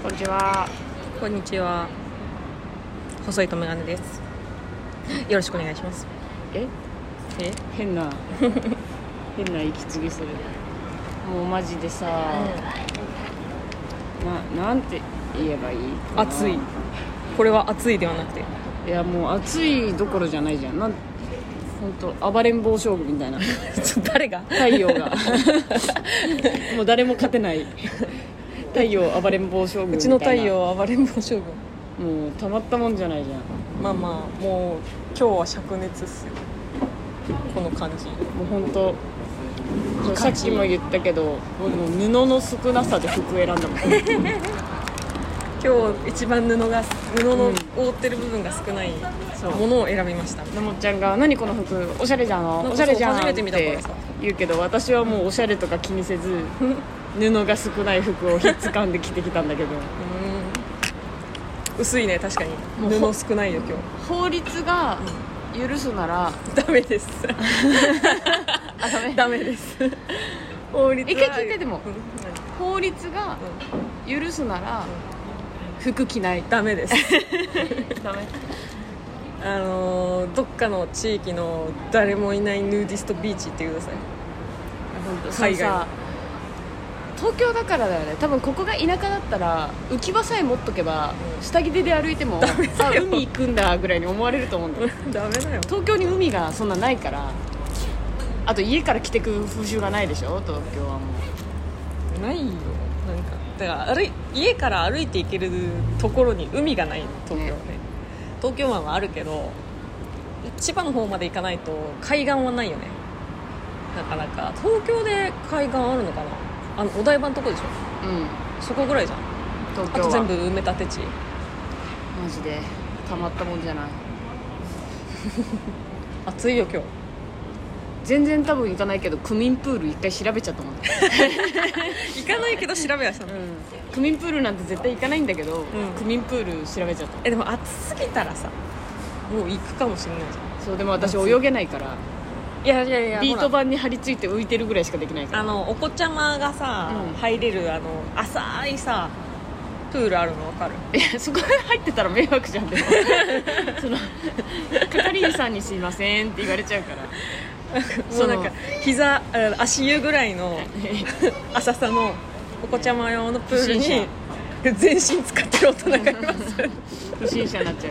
こんにちは。 こんにちは。細いとメガネです。よろしくお願いします。 変な息継ぎする。もうマジでさ、なんて言えばいいかな。 暑い。これは暑いではなくて、 いやもう暑いどころじゃないじゃん。本当暴れん坊将軍みたいな誰が太陽がもう誰も勝てない太陽暴れん坊将軍みたいな。 うちの太陽暴れん坊将軍。 もうたまったもんじゃないじゃん。 まあもう今日は灼熱っすよ、この感じ。 もう本当さっきも言ったけど、もう布の少なさで服選んだもん今日一番布の覆ってる部分が少ないものを選びました。 のもちゃんが何この服おしゃれじゃん、おしゃれじゃん初めて見たからさって言うけど、私はもうおしゃれとか気にせず布が少ない服をひっつかんで着てきたんだけど薄いね。確かに布少ないよ今日。 法律が許すなら、 ダメですダメです法律は一回聞いて。でも法律が許すなら服着ない。 ダメですダメ。 どっかの地域の誰もいないヌーディストビーチ行ってください。海外のさ、東京だからだよね。多分ここが田舎だったら浮き輪さえ持っとけば、下着で歩いてもあ海行くんだぐらいに思われると思うんだよダメだよ。 東京に海がそんなないから。あと家から着てく風習がないでしょ東京は。もないよ。なんかだから家から歩いて行けるところに海がないの東京はね。東京湾はあるけど千葉の方まで行かないと海岸はないよね。なかなか東京で海岸あるのかな。お台場のとこでしょ。そこぐらいじゃん。 東京はあと全部埋め立て地。 マジでたまったもんじゃない。 暑いよ今日。 全然多分行かないけど区民プール一回調べちゃったもん行かないけど調べはしたの。 区民プールなんて絶対行かないんだけど、区民プール調べちゃった。 でも暑すぎたらさもう行くかもしれないじゃん。 そうでも私泳げないから、 いやビート板に張り付いて浮いてるぐらいしかできないから。 お子ちゃまがさ、入れる浅いさプールあるの分かる？ いやそこに入ってたら迷惑じゃん。でも係員さんにすいませんって言われちゃうからもうなんか足湯ぐらいの浅さのお子ちゃま用のプールに全身使ってる大人がいます不審者になっちゃ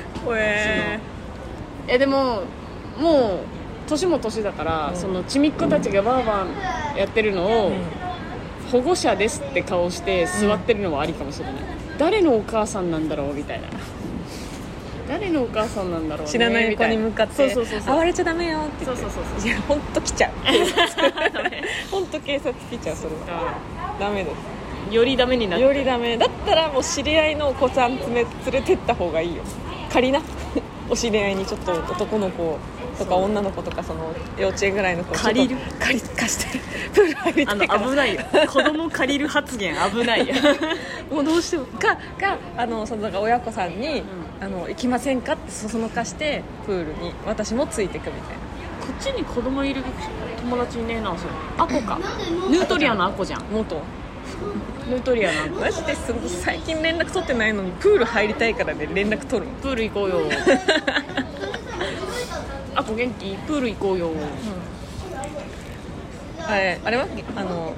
う。でももう年も年だから、そのちみっ子たちがバーバーやってるのを、保護者ですって顔して座ってるのはありかもしれない。誰のお母さんなんだろうみたいな。誰のお母さんなんだろうね、 知らない子に向かってそう暴れちゃダメよって言って。いや本当来ちゃう本当警察来ちゃう。それはダメです。 よりダメになってよりダメだったらもう知り合いのお子さん連れてった方がいいよ。仮なお知り合いにちょっと男の子とか女の子とかその幼稚園ぐらいの子を借りる貸してプール入りたいから危ないよ子供借りる発言危ないよもうどうしてもそのだから親子さんに、行きませんかってそそのかしてプールに私もついてくみたいな。 こっちに子供いる友達いねえな。それアコかヌートリアのアコじゃん。 元ヌートリアのアコマジで最近連絡取ってないのにプール入りたいからね連絡取る。 プール行こうよアコ元気？プール行こうよ、 あれはなんだっけ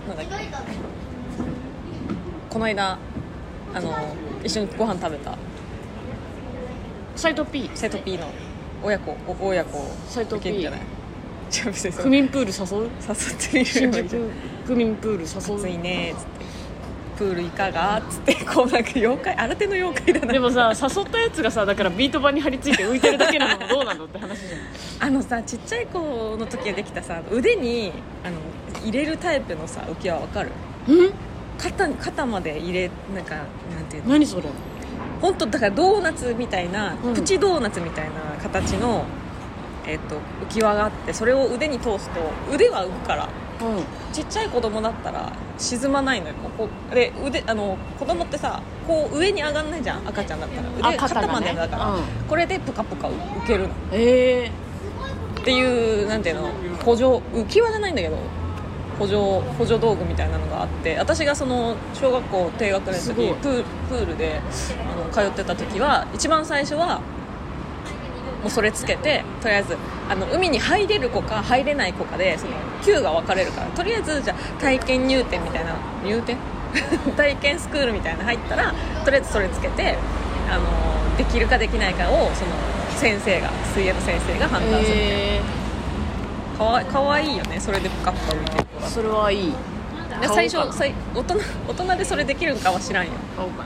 この間一緒にご飯食べたサイト P の親子サイト P じゃない区民プール誘う？ 誘ってみる。 新宿区民プール誘う？ 暑いねーっつってプールいかがっつってこうなんか妖怪新手の妖怪だな。 でもさ誘ったやつがさだからビート板に張り付いて浮いてるだけなのもどうなのって話じゃん。 さちっちゃい子の時ができたさ腕に入れるタイプのさ浮き輪わかる？肩まで入れなんていうの？ 何それ？ 本当だからドーナツみたいな、プチドーナツみたいな形の浮き輪があって、それを腕に通すと腕は浮くから、ちっちゃい子供だったら沈まないのよ。こうで子供ってさこう上に上がんないじゃん赤ちゃんだったら腕、肩までだから、これでプカプカ浮けるのっていうなんていうの浮き輪じゃないんだけど補助道具みたいなのがあって、私がその小学校低学年の時プールで通ってた時は一番最初はもうそれつけて、とりあえず海に入れる子か入れない子かでその級が分かれるから、とりあえずじゃあ体験入店みたいな体験スクールみたいな入ったらとりあえずそれつけてできるかできないかをその先生が水泳の先生が判断するみたいな。かわいいよね、それでプカプカ浮いてる子だ。 それはいい。 で大人でそれできるんかは知らんよ。 買おうかな。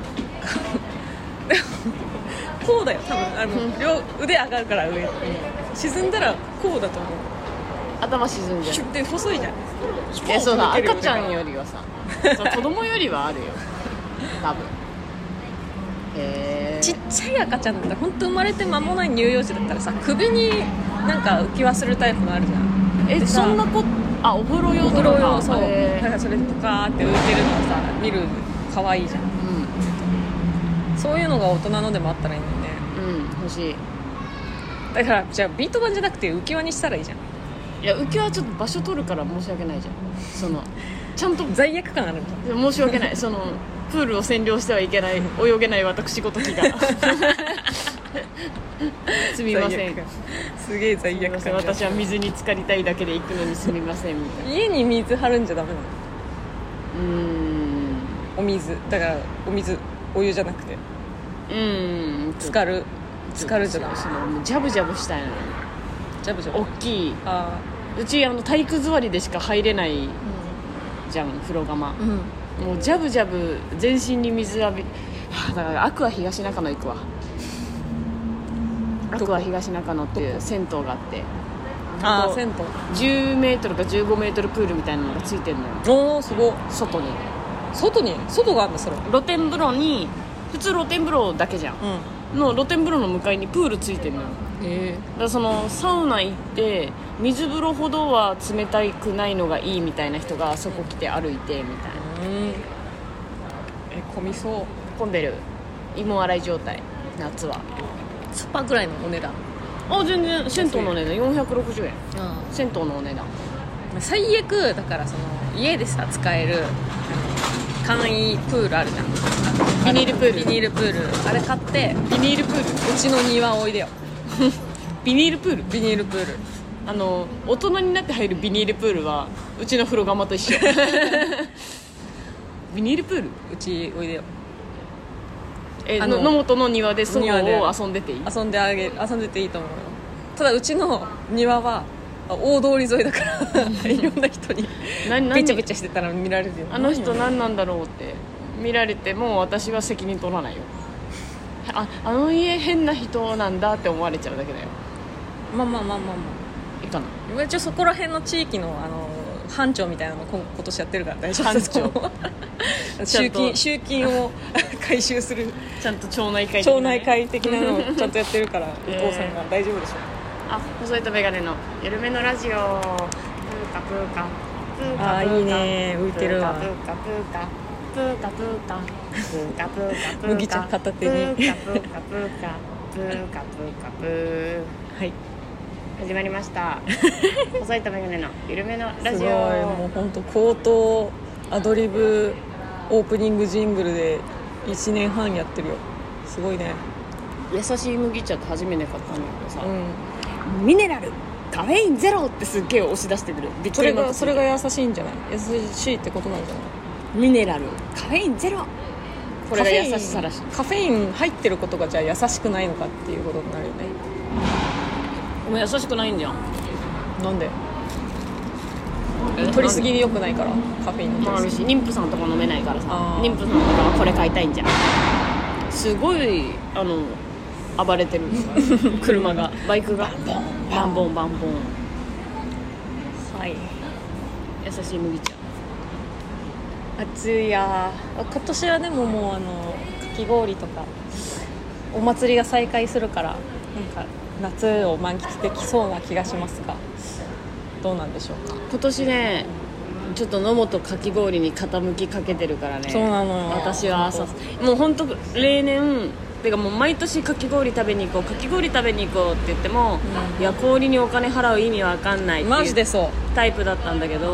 こうだよ多分両腕上がるから上に沈んだらこうだと思う。 頭沈んじゃう。 で細いじゃん。 そうだ、赤ちゃんよりはさそう子供よりはあるよ多分。 ちっちゃい赤ちゃんだったら本当生まれて間もない乳幼児だったらさ、首になんか浮き輪するタイプのあるじゃん。 そんなお風呂用とか。 そうだからそれでプカーって浮いてるのをさ見る可愛いじゃん、そういうのが大人のでもあったらいいんだよね。 欲しい。 だからじゃあビート板じゃなくて浮き輪にしたらいいじゃん。 いや浮き輪はちょっと場所取るから申し訳ないじゃん。そのちゃんと罪悪感あるじゃん。 申し訳ないそのプールを占領してはいけない泳げない私ごときがすみません、 すげえ罪悪感。 私は水に浸かりたいだけで行くのにすみませんみたいな。 家に水張るんじゃダメなの。お水だからお湯じゃなくて浸かるじゃダメ。 そのジャブジャブしたいの。 ジャブジャブ大きい。うち体育座りでしか入れないじゃん、風呂釜、もうジャブジャブ全身に水浴び、だからアクア東中野行くわ。アクア東中野っていう銭湯があって、 銭湯10メートルか15メートルプールみたいなのがついてるのよ。 おーすごい。 外があるんだそれ。 露天風呂に普通露天風呂だけじゃん、の露天風呂の向かいにプールついてるのよ。だからそのサウナ行って水風呂ほどは冷たくないのがいいみたいな人がそこ来て歩いてみたいな。 混みそう。 混んでる。芋洗い状態夏は。 スパぐらいのお値段。 全然銭湯のお値段460円。銭湯のお値段。 最悪だからその家でさ使える簡易プールあるじゃん。 ビニールプールあれ買ってビニールプールうちの庭おいでよ。 ビニールプールビニールプール大人になって入るビニールプールはうちの風呂釜と一緒ビニールプールうちおいでよ。 野本の庭でそこを遊んでていい？ 遊んでていいと思うよ。ただうちの庭は大通り沿いだからいろんな人にべちゃべちゃしてたら見られるよ。 あの人何なんだろうって見られても私は責任取らないよ。あの家変な人なんだって思われちゃうだけだよ。 まあいいかな。 一応そこら辺の地域の班長みたいなの今年やってるから大丈夫です。集金を回収するちゃんと町内会的なのをちゃんとやってるからお父さんが大丈夫でしょ。 細いとメガネの緩めのラジオ。プーカプーカプーカいいね、浮いてるわ。 プーカプーカプーカプーカプーカプーカプーカ麦茶片手にプーカプーカプーカプーカプーカプー。 はい、 始まりました細いとメガネの緩めのラジオ。 すごい、もう本当口頭アドリブオープニングジングルで1年半やってるよ。すごいね。 優しい麦茶って初めて買ったんだけどさ、ミネラルカフェインゼロってすっげえ押し出してくる。 それが優しいんじゃない？優しいってことなんじゃない？ ミネラルカフェインゼロ、これが優しさらしい。 カフェイン入ってることがじゃあ優しくないのかっていうことになるよね。 お前優しくないんじゃん。 なんで？取りすぎに良くないからカフェインの。 あるし妊婦さんとか飲めないからさ、妊婦さんとかはこれ買いたいんじゃん。すごい暴れてる車がバイクがバンボンバンボン。 はい、 優しい麦茶。 暑いや。今年はでももうかき氷とかお祭りが再開するからなんか夏を満喫できそうな気がしますが、どうなんでしょうか。 今年ねちょっと野本かき氷に傾きかけてるからね。 そうなのよ。 私はもう本当例年てかもう毎年かき氷食べに行こうって言っても、いや氷にお金払う意味わかんないっていうマジでそうタイプだったんだけど、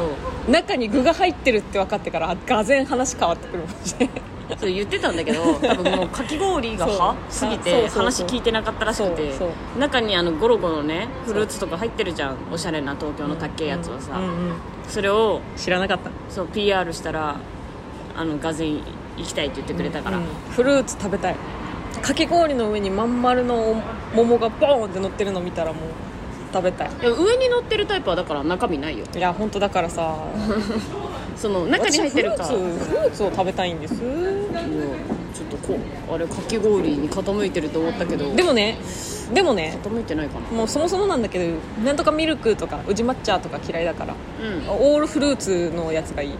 中に具が入ってるって分かってからがぜん話変わってくるもんねそう言ってたんだけど、多分もうかき氷がはすぎて話聞いてなかったらしくて、中にゴロゴロねフルーツとか入ってるじゃん、おしゃれな東京の高いやつはさ、それを知らなかった。 そう PR したらがぜん行きたいって言ってくれたから、 フルーツ食べたい。かき氷の上にまん丸の桃がボーンって乗ってるの見たらもう食べたい。 いや上に乗ってるタイプはだから中身ないよ。 いや本当だからさその中に入ってるかフルーツを食べたいんです。 ちょっとあれかき氷に傾いてると思ったけど、 でもね傾いてないかな。 もうそもそもなんだけど、なんとかミルクとか宇治抹茶とか嫌いだから、オールフルーツのやつがいい。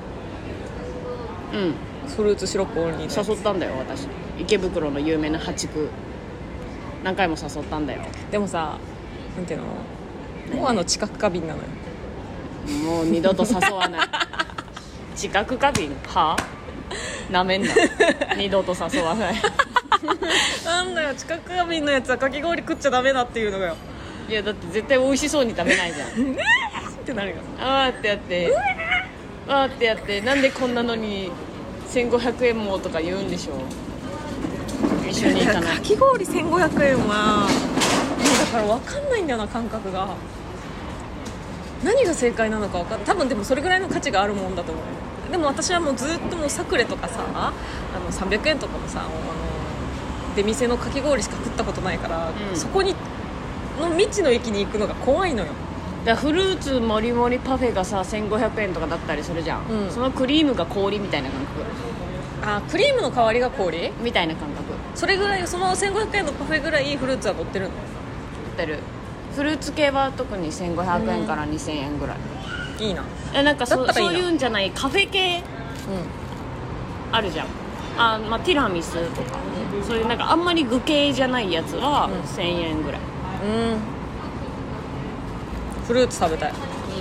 フルーツシロップオンリー。 誘ったんだよ私、池袋の有名な八区何回も誘ったんだよ。 でもさ、なんていうの、もう知覚過敏なのよ。 もう二度と誘わない知覚過敏はなめんな二度と誘わないなんだよ、知覚過敏のやつはかき氷食っちゃダメだっていうのがよ。 いやだって絶対美味しそうに食べないじゃんってなるよ。 あーってやってなんでこんなのに1500円もとか言うんでしょ。一緒に行かない。 かき氷1500円はだから分かんないんだよな、感覚が。何が正解なのか分かんない。多分でもそれぐらいの価値があるもんだと思う。でも私はもうずっともうサクレとかさ、300円とかもさ、出店のかき氷しか食ったことないから、そこにの未知の駅に行くのが怖いのよ。 だからフルーツもりもりパフェがさ1500円とかだったりするじゃん、そのクリームが氷みたいな感覚。 クリームの代わりが氷みたいな感覚。 それぐらい、その1500円のパフェぐらいフルーツは乗ってるの。 乗ってる。フルーツ系は特に1500円から2000円ぐらい、 いいな。 なんかそういうんじゃないカフェ系、あるじゃん。ティラミスとか、そういうなんかあんまり具系じゃないやつは1000円ぐらい。 フルーツ食べたい。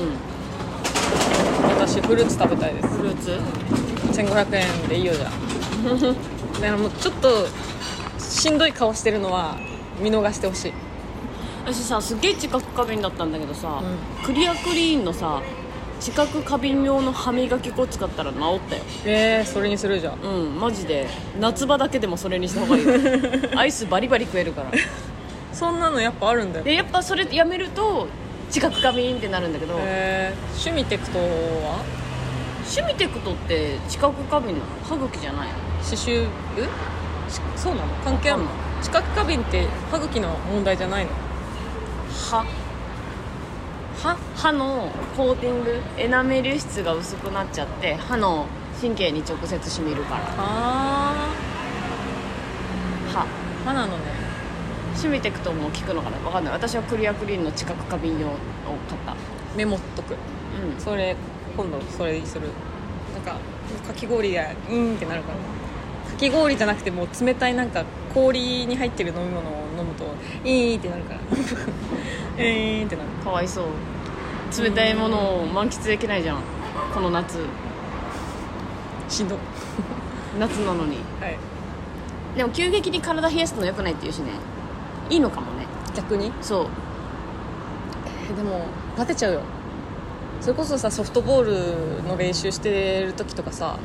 私フルーツ食べたいです。 フルーツ 1500円でいいよじゃあだからもうちょっとしんどい顔してるのは見逃してほしい。 私さすげえ知覚過敏だったんだけどさ、クリアクリーンのさ知覚過敏用の歯磨き粉使ったら治ったよ。 それにするじゃん。 マジで夏場だけでもそれにした方がいいよアイスバリバリ食えるからそんなのやっぱあるんだよ。 でやっぱそれやめると知覚過敏ってなるんだけど、 趣味テクトは趣味テクトって知覚過敏なの？歯茎じゃないの？ 刺繍そうなの？関係あるの？知覚過敏って歯茎の問題じゃないの？ 歯のコーティング、エナメル質が薄くなっちゃって歯の神経に直接しみるから。 歯なのね。 趣味テクトも効くのかな、分かんない。私はクリアクリーンの知覚過敏用を買った。 メモっとく。それ今度それにする。なんかかき氷がってなるから。かき氷じゃなくてもう冷たいなんか氷に入ってる飲み物を飲むとってなるからってなる。 かわいそう。冷たいものを満喫できないじゃんこの夏。 しんど夏なのに。でも急激に体冷やすの良くないっていうしね。いいのかもね逆に。 そうでもバテちゃうよ。それこそさソフトボールの練習してる時とかさ、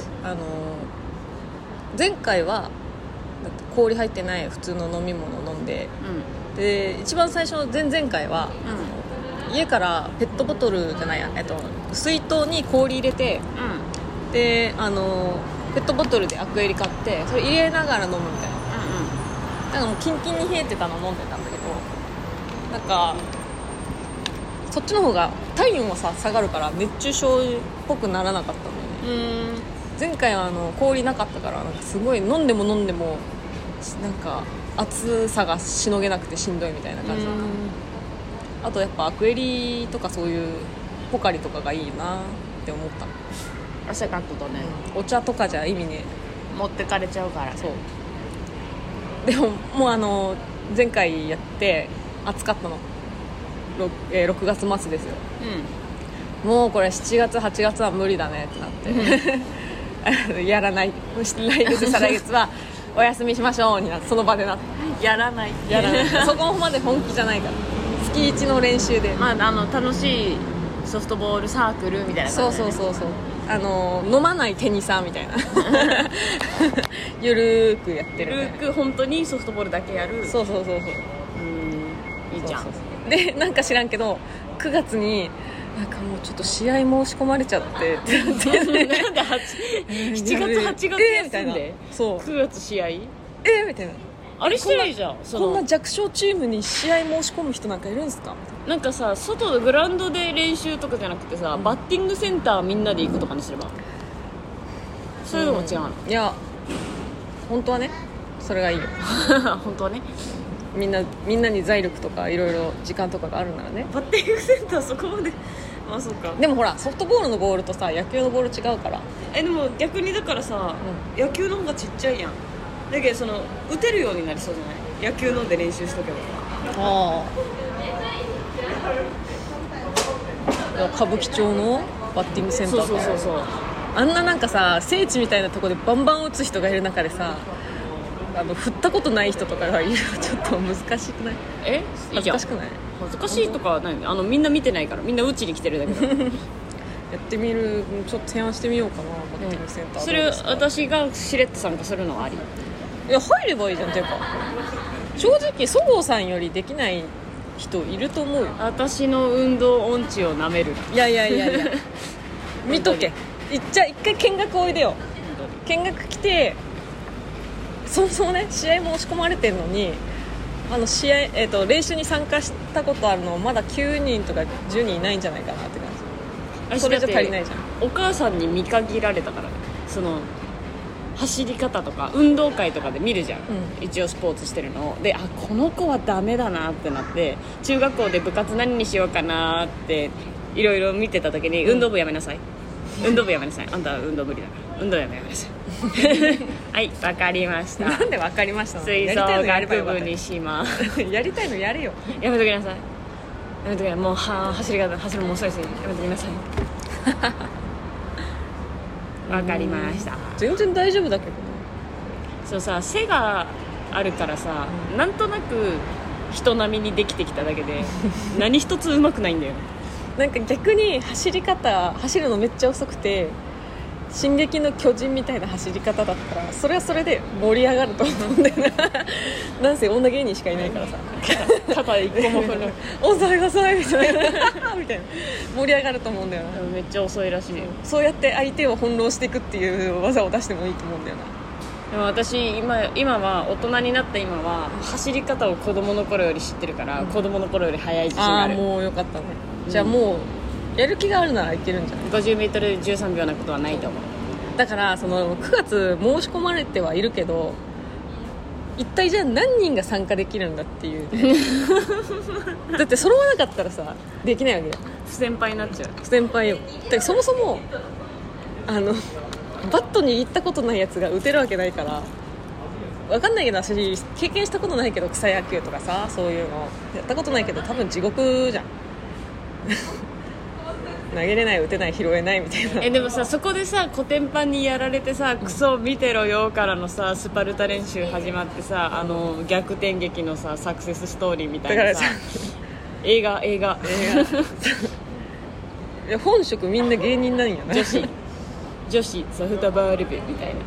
前回は氷入ってない普通の飲み物を飲んで、で一番最初の前々回は、家からペットボトルじゃないや、水筒に氷入れて、でペットボトルでアクエリ買ってそれ入れながら飲むみたいな、なんかもうキンキンに冷えてたの飲んでたんだけど、なんかそっちの方が体温はさ下がるから熱中症っぽくならなかったんだよね。前回は氷なかったからなんかすごい飲んでもなんか暑さがしのげなくてしんどいみたいな感じだった。あとやっぱアクエリとかそういうポカリとかがいいなって思った。 汗かくとね、 お茶とかじゃ意味ね持ってかれちゃうから。 そうでももう前回やって暑かったの。6月末ですよ、もうこれ7月8月は無理だねってなってやらない、来月再来月はお休みしましょうになって、その場でなってやらないそこまで本気じゃないから月1の練習で、 楽しいソフトボールサークルみたいなそう感じだね。 そうそうそう飲まないテニサーみたいなゆるーくやってる、 ルーク本当にソフトボールだけやる。 そうそうそうそういいじゃん。 そうそうそうでなんか知らんけど9月になんかもうちょっと試合申し込まれちゃってってなってなんで7月8月休んで、 そう 9月試合みたいなあれしてないじゃん。 こんな弱小チームに試合申し込む人なんかいるんですか。 なんかさ、外のグラウンドで練習とかじゃなくてさ、バッティングセンターみんなで行くとかにすれば、そういうのも違うの。 いや本当はねそれがいいよ本当はね。 みんなに財力とかいろいろ時間とかがあるならね。 バッティングセンターそこまであ、そうか。 でもほらソフトボールのボールとさ野球のボール違うから。 でも逆にだからさ、野球の方がちっちゃいやん。だけどその打てるようになりそうじゃない。野球ので練習しとけば。 ああ歌舞伎町のバッティングセンターそうあんななんかさ聖地みたいなところでバンバン打つ人がいる中でさ振ったことない人とかがいるとちょっと難しくない？ いいじゃん。 恥ずかしくない？ 恥ずかしいとかはない。みんな見てないから、みんな打ちに来てるだけだやってみる。ちょっと提案してみようかなバッティングセンター、 それ私がしれっと参加するのはあり。 いや入ればいいじゃん。ていうか正直そごうさんよりできない人いると思うよ。 私の運動音痴をなめる。 いや見とけ。一回見学おいでよ。見学来てそもそもね試合申し込まれてるのに試合、練習に参加したことあるのまだ9人とか10人いないんじゃないかなって感じ。それじゃ足りないじゃん。 お母さんに見限られたからね。その走り方とか運動会とかで見るじゃん、一応スポーツしてるので、この子はダメだなってなって、中学校で部活何にしようかなっていろいろ見てた時に、運動部やめなさい、運動部やめなさい、あんたは運動無理だから運動やめなさいはいわかりました。 なんでわかりましたの？ 吹奏楽部にしますやりたいのやれよ。 やめときなさい、やめときなさい。もう走るのも遅いです。やめときなさいわかりました。 全然大丈夫だけどね。 そうさ、背があるからさ、なんとなく人並みにできてきただけで何一つ上手くないんだよね。 なんか逆に走るのめっちゃ遅くて進撃の巨人みたいな走り方だったらそれはそれで盛り上がると思うんだよななんせ女芸人しかいないからさ肩一個も遅いみたいなみたいな盛り上がると思うんだよな。 めっちゃ遅いらしい。 そうやって相手を翻弄していくっていう技を出してもいいと思うんだよな。 でも私今は大人になった今は走り方を子供の頃より知ってるから、子供の頃より速い自信がある。 もうよかったね。じゃあもうやる気があるならいけるんじゃない？ 50m13 秒なことはないと思う。 だからその9月申し込まれてはいるけど一体じゃあ何人が参加できるんだっていうだって揃わなかったらさできないわけだよ。 不先輩になっちゃう。 不先輩よ。だからそもそもバット握ったことないやつが打てるわけないから分かんないけど、私経験したことないけど草野球とかさそういうのやったことないけど多分地獄じゃん投げれない打てない拾えないみたいな。 でもさ、そこでさコテンパンにやられてさ、クソ見てろよからのさスパルタ練習始まってさ、逆転劇のさサクセスストーリーみたいなさ映画いや本職みんな芸人なんやな。 女子ソフトボール部みたい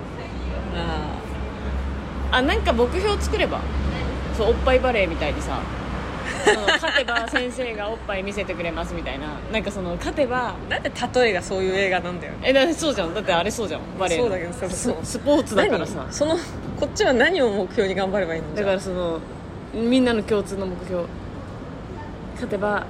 な。なんか目標作れば、そうおっぱいバレーみたいにさ勝てば先生がおっぱい見せてくれますみたいな。なんかその勝てば、 なんで例えがそういう映画なんだよ。 だそうじゃん。だってあれそうじゃん、バレーの。 そうだけどさ、 スポーツだからさ、 こっちは何を目標に頑張ればいいの？ だからそのみんなの共通の目標、勝てば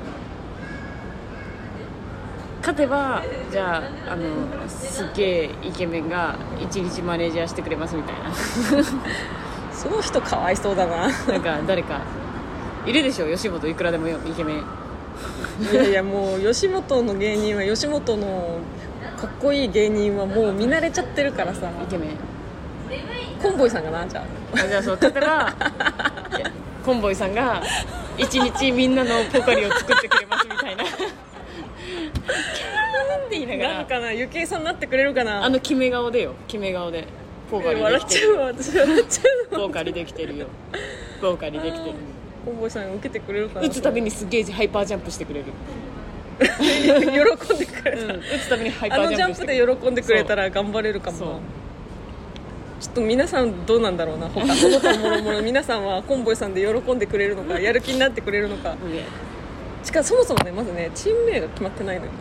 じゃあすっげえイケメンが一日マネージャーしてくれますみたいなその人かわいそうだな。 なんか誰かいるでしょ、吉本いくらでもよイケメン。 いやもう吉本の芸人は吉本のかっこいい芸人はもう見慣れちゃってるからさ。 イケメンコンボイさんがな、じゃあそう勝てばコンボイさんが一日みんなのポカリを作ってくれますみたいなって言いながら、 なんかな、ゆきえさんになってくれるかな。 決め顔でポカリで笑っちゃうわ、私笑っちゃうわ。 ポカリできてるよ、ポカリできてる。 コンボイさんが受けてくれるかな。 打つたびにすげえハイパージャンプしてくれる。 喜んでくれた、 打つためにハイパージャンプしてジャンプで喜んでくれたら頑張れるかもな。ちょっと皆さんどうなんだろうな、他その他もろもろ皆さんはコンボイさんで喜んでくれるのかやる気になってくれるのか。しかもそもそもね、まずねチーム名が決まってないのよ。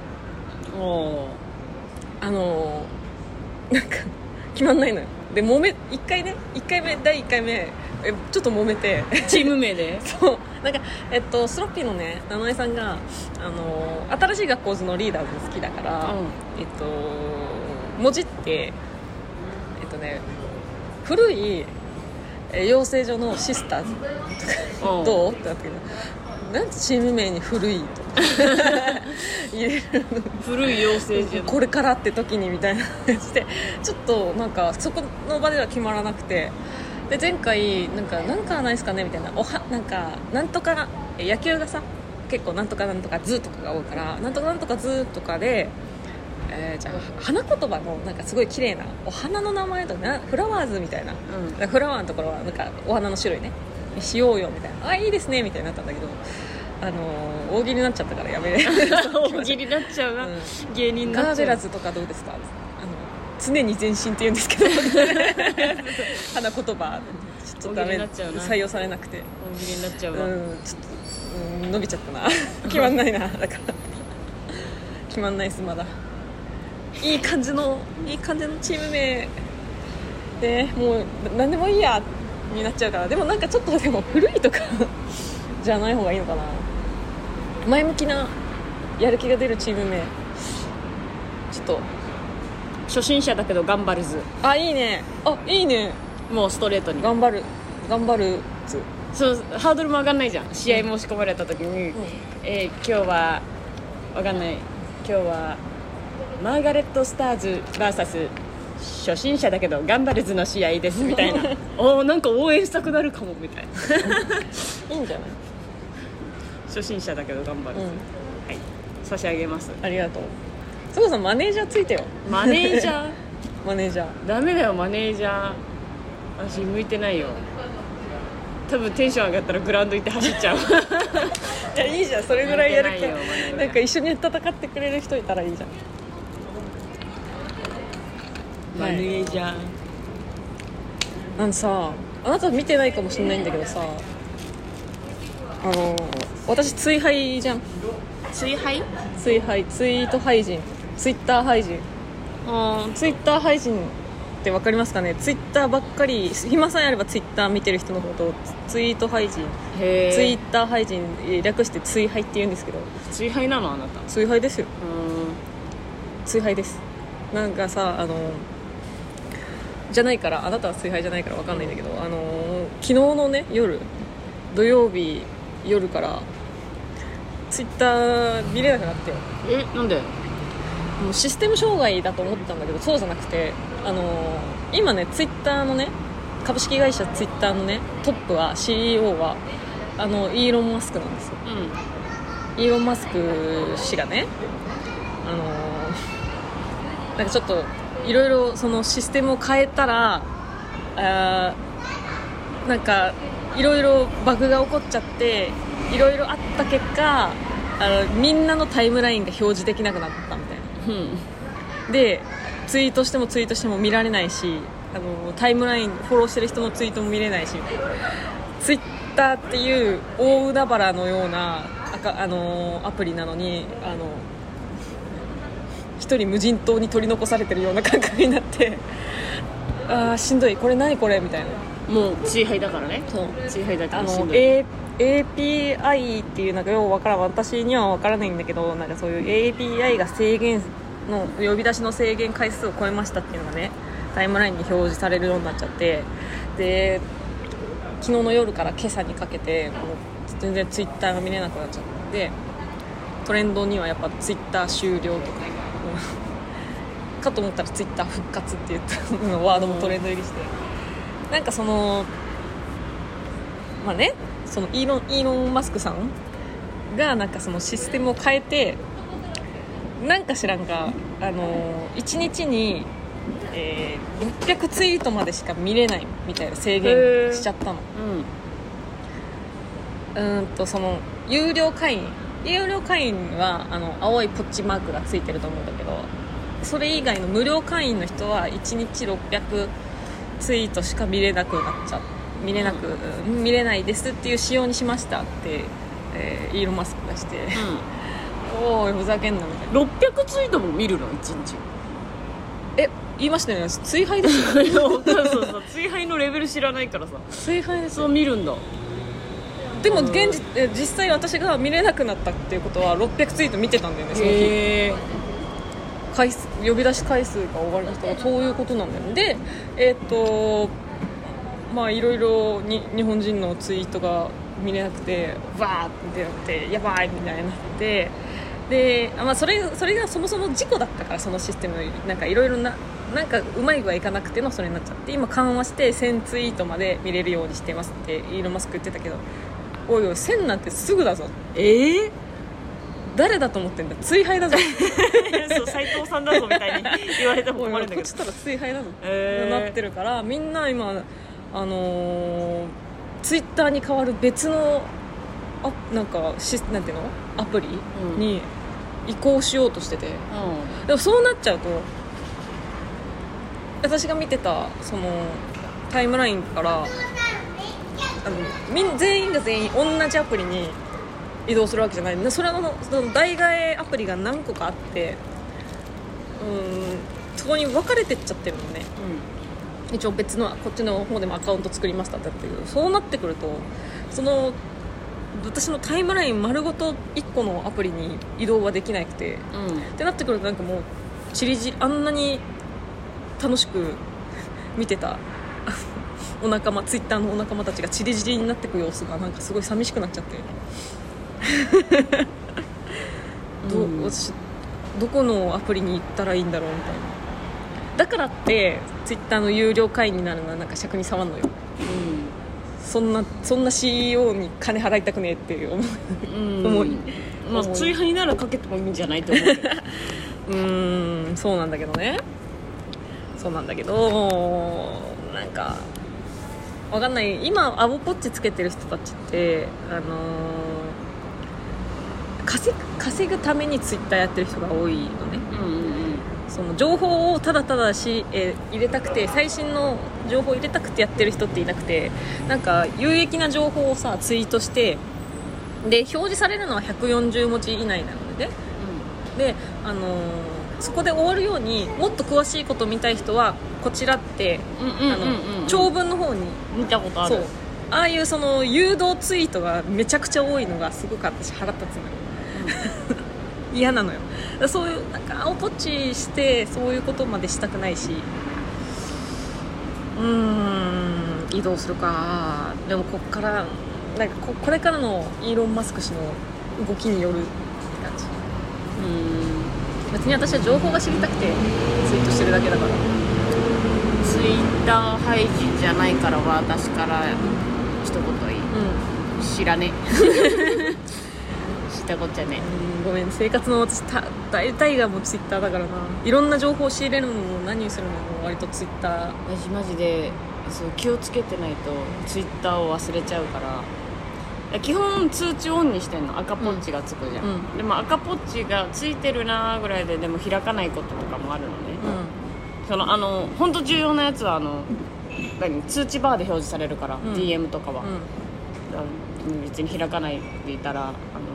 なんか決まんないのよ。で1回目第1回目ちょっと揉めてチーム名でそうなんかスロッピーのね七重さんが新しい学校図のリーダーズ好きだから、文字って古い養成所のシスターズとかどうってなったけど、なんでチーム名に古いとか入れるの、 古い養成所これからって時にみたいな感じでちょっとなんかそこの場では決まらなくて、で前回なんかないですかねみたいな、なんとか野球がさ結構なんとかなんとかズとかが多いから、なんとかなんとかズとかで、じゃあ花言葉のなんかすごい綺麗なお花の名前とかフラワーズみたいな、フラワーのところはなんかお花の種類ねしようよみたいな、いいですねみたいになったんだけど、大喜利になっちゃったからやめ大喜利になっちゃうな、芸人になっちゃう。 ガーベラズとかどうですか、常に前進って言うんですけど花言葉ちょっとダメ、採用されなくて大喜利になっちゃうわ、 ちょっと、伸びちゃったな決まんないな、だから決まんないですまだ。いい感じのチーム名でもう何でもいいやになっちゃうから、でもなんかちょっとでも古いとかじゃない方がいいのかな。前向きなやる気が出るチーム名、ちょっと初心者だけど頑張るず。 いいね、いいね、 もうストレートに頑張るず。 そう、ハードルも上がんないじゃん。試合申し込まれた時に、今日はわかんない、今日はマーガレットスターズ VS 初心者だけど頑張るずの試合ですみたいななんか応援したくなるかもみたいないいんじゃない、 初心者だけど頑張るず、はい、差し上げます。 ありがとう。そもそもマネージャーついてよ。 マネージャーマネージャーダメだよ、マネージャー私向いてないよ。多分テンション上がったらグラウンド行って走っちゃういやいいじゃん、それぐらいやる気、 向いてないよなんか一緒に戦ってくれる人いたらいいじゃん。 マネージャー、 さ、あなた見てないかもしれないんだけどさ、私追廃じゃん。 追廃ツイート廃人、ツイッター廃人。ツイッター廃人って分かりますかね。ツイッターばっかり暇さえあればツイッター見てる人のことをツイート廃人、ツイッター廃人略してツイ廃って言うんですけど。 追廃なのあなた。 ツイ廃ですよ。ツイ廃です。なんかさ、じゃないから、あなたは追廃じゃないから分かんないんだけど、昨日のね土曜日夜からツイッター見れなくなって。 なんで？ もうシステム障害だと思ってたんだけど、そうじゃなくて、今ねツイッターのね、株式会社ツイッターのねトップは CEO はイーロン・マスクなんですよ。イーロン・マスク氏がね、なんかちょっといろいろそのシステムを変えたら、なんかいろいろバグが起こっちゃっていろいろあった結果、みんなのタイムラインが表示できなくなったみたいな、でツイートしても見られないし、タイムラインフォローしてる人のツイートも見れないし、ツイッターっていう大海原のようなアプリなのに一人無人島に取り残されてるような感覚になって、しんどい、これ何これみたいな。 もう追廃だからね。そう、追廃だからしんどい。 API っていうなんかようわからん、私にはわからないんだけど、なんかそういう API が制限の呼び出しの制限回数を超えましたっていうのがねタイムラインに表示されるようになっちゃって、で昨日の夜から今朝にかけてもう全然ツイッターが見れなくなっちゃって、トレンドにはやっぱツイッター終了とかかと思ったらツイッター復活って言ったワードもトレンド入りして、なんかそのまあね、そのイーロン・マスクさんがなんかそのシステムを変えて、なんか知らんが1日に、600ツイートまでしか見れないみたいな制限しちゃったの。その有料会員有料会員は青いポッチマークがついてると思うんだけど、それ以外の無料会員の人は1日600ツイートしか見れなくなっちゃう、見れないですっていう仕様にしましたって、イーロン・マスクがして、おいふざけんなみたいな。 600ツイートも見るの1日？ 言いましたよね、追廃ですよそうそう追廃のレベル知らないからさ。 追廃ですよ。 そう見るんだ。 でも実際私が見れなくなったっていうことは600ツイート見てたんだよね、その日。呼び出し回数が終わりましたが、そういうことなんだよね。でまあいろいろ日本人のツイートが見れなくてバーってなってやばいみたいになって、で、まあ、それがそもそも事故だったから、そのシステムなんかいろいろなんかうまい具合いかなくてのそれになっちゃって、今緩和して1000ツイートまで見れるようにしてますってイーロン・マスク言ってたけど、おいおい1000なんてすぐだぞ。誰だと思ってんだ、追廃だぞそう斉藤さんだぞみたいに言われても困るんだけど、 こっちたら追廃だぞ、なってるから、みんな今ツイッターに代わる別のなんていうのアプリに移行しようとしてて、でもそうなっちゃうと私が見てたそのタイムラインから全員が全員同じアプリに移動するわけじゃない。それの代替えアプリが何個かあって、そこに分かれてっちゃってるのね、一応別のこっちの方でもアカウント作りましたってやってるけど、そうなってくると私のタイムライン丸ごと1個のアプリに移動はできなくて、ってなってくるとなんかもうあんなに楽しく見てたお仲間、ツイッターのお仲間たちがチリチリになっていく様子がなんかすごい寂しくなっちゃって私どこのアプリに行ったらいいんだろうみたいな。だからってツイッターの有料会員になるのはなんか尺に触んのよ、そんな CEO に金払いたくねえっていう思い、 まあ追廃ならかけてもいいんじゃないと思うけどそうなんだけどね。そうなんだけどなんかわかんない。今アボポッチつけてる人たちって稼ぐためにツイッターやってる人が多いのね、その情報をただただ入れたくて、最新の情報を入れたくてやってる人っていなくて、なんか有益な情報をさツイートしてで表示されるのは140文字以内なのでね、でそこで終わるようにもっと詳しいことを見たい人はこちらって長文の方に見たことある。 そう、ああいうその誘導ツイートがめちゃくちゃ多いのがすごく私腹立つのよ、嫌なのよ。そういうなんか青ポッチしてそういうことまでしたくないし、移動するか。でもこれからのイーロン・マスク氏の動きによるって感じ。別に私は情報が知りたくてツイートしてるだけだから。 ツイッター配信じゃないからは私から一言いい、知らね知ったこっちゃね。 ごめん、生活の私大体がもうツイッターだからな。いろんな情報を仕入れるのも何にするのも割とツイッター。 私マジでそう気をつけてないとツイッターを忘れちゃうから、基本通知オンにしてんの。赤ポッチがつくじゃん、でも赤ポッチがついてるなぐらいででも開かないこととかもあるのね、本当重要なやつは通知バーで表示されるから、DM とかは、別に開かないでいたら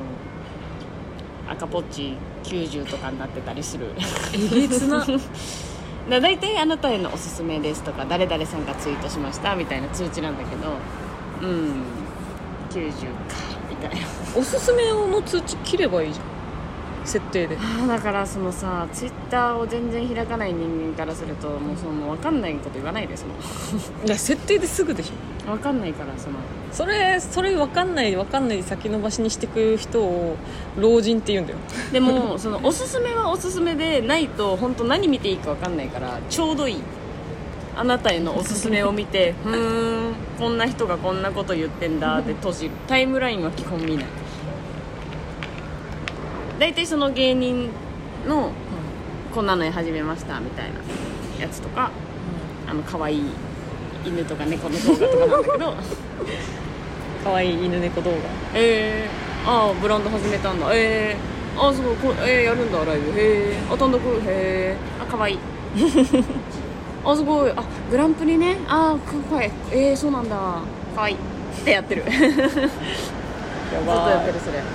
赤ポッチ90とかになってたりする。 えげつなだいたいあなたへのおすすめですとか誰々さんがツイートしましたみたいな通知なんだけど、90かみたいな。 おすすめの通知切ればいいじゃん、設定で。 だからそのさツイッターを全然開かない人間からするともう分かんないこと言わないでそのいや設定ですぐでしょ。 分かんないからそれ分かんないで先延ばしにしてく人を老人って言うんだよ。 でもそのおすすめはおすすめでないと本当何見ていいか分かんないからちょうどいい。あなたへのおすすめを見てこんな人がこんなこと言ってんだって閉じる。タイムラインは基本見ない。だいたいその芸人のこんなの始めましたみたいなやつとか、可愛い犬とか猫の動画とかなんだけど可愛い犬猫動画ああブランド始めたんだ。ああすごいやるんだライブ。単独かわいいあすごいグランプリね。かわいい。そうなんだかわいいってやってるずっとやってるそれ。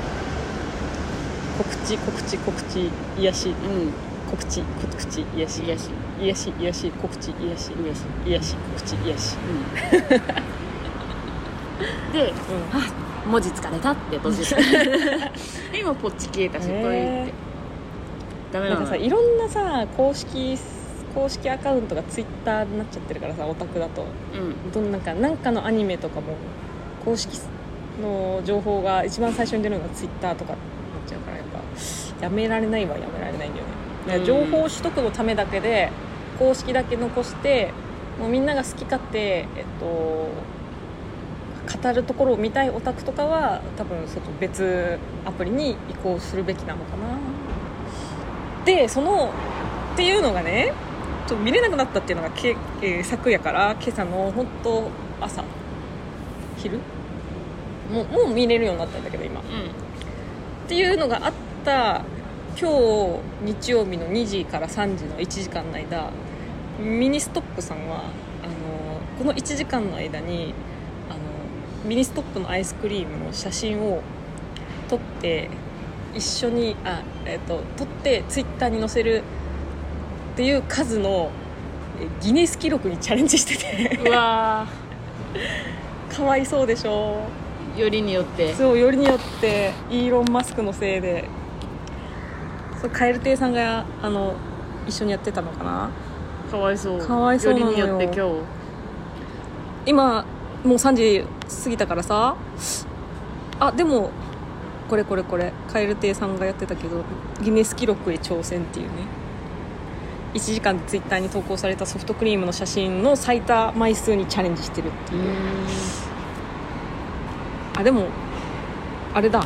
告知癒し、告知癒し告知癒し告知癒しで、文字疲れたって閉じる今ポッチ消えたし、これってダメなの。 なんかさ、いろんなさ公式アカウントがツイッターになっちゃってるからさ、オタクだと、なんかのアニメとかも公式の情報が一番最初に出るのがツイッターとかになっちゃうから、やっぱやめられないんだよね。情報取得のためだけで公式だけ残して、もうみんなが好き勝手、語るところを見たいオタクとかは多分別アプリに移行するべきなのかな。でっていうのがね、ちょっと見れなくなったっていうのが昨夜から今朝の本当朝昼もう見れるようになったんだけど今、っていうのがあった今日日曜日の2時から3時の1時間の間、ミニストップさんはこの1時間の間にミニストップのアイスクリームの写真を撮って一緒に撮ってツイッターに載せるっていう数のギネス記録にチャレンジしててうわかわいそうでしょ。 よりによってイーロン・マスクのせいでカエル亭さんが一緒にやってたのかな。 かわいそうなのよ。 よりによって今日今もう3時過ぎたからさ、でもこれカエル亭さんがやってたけど、ギネス記録へ挑戦っていうね、1時間でツイッターに投稿されたソフトクリームの写真の最多枚数にチャレンジしてるっていう。でもあれだ、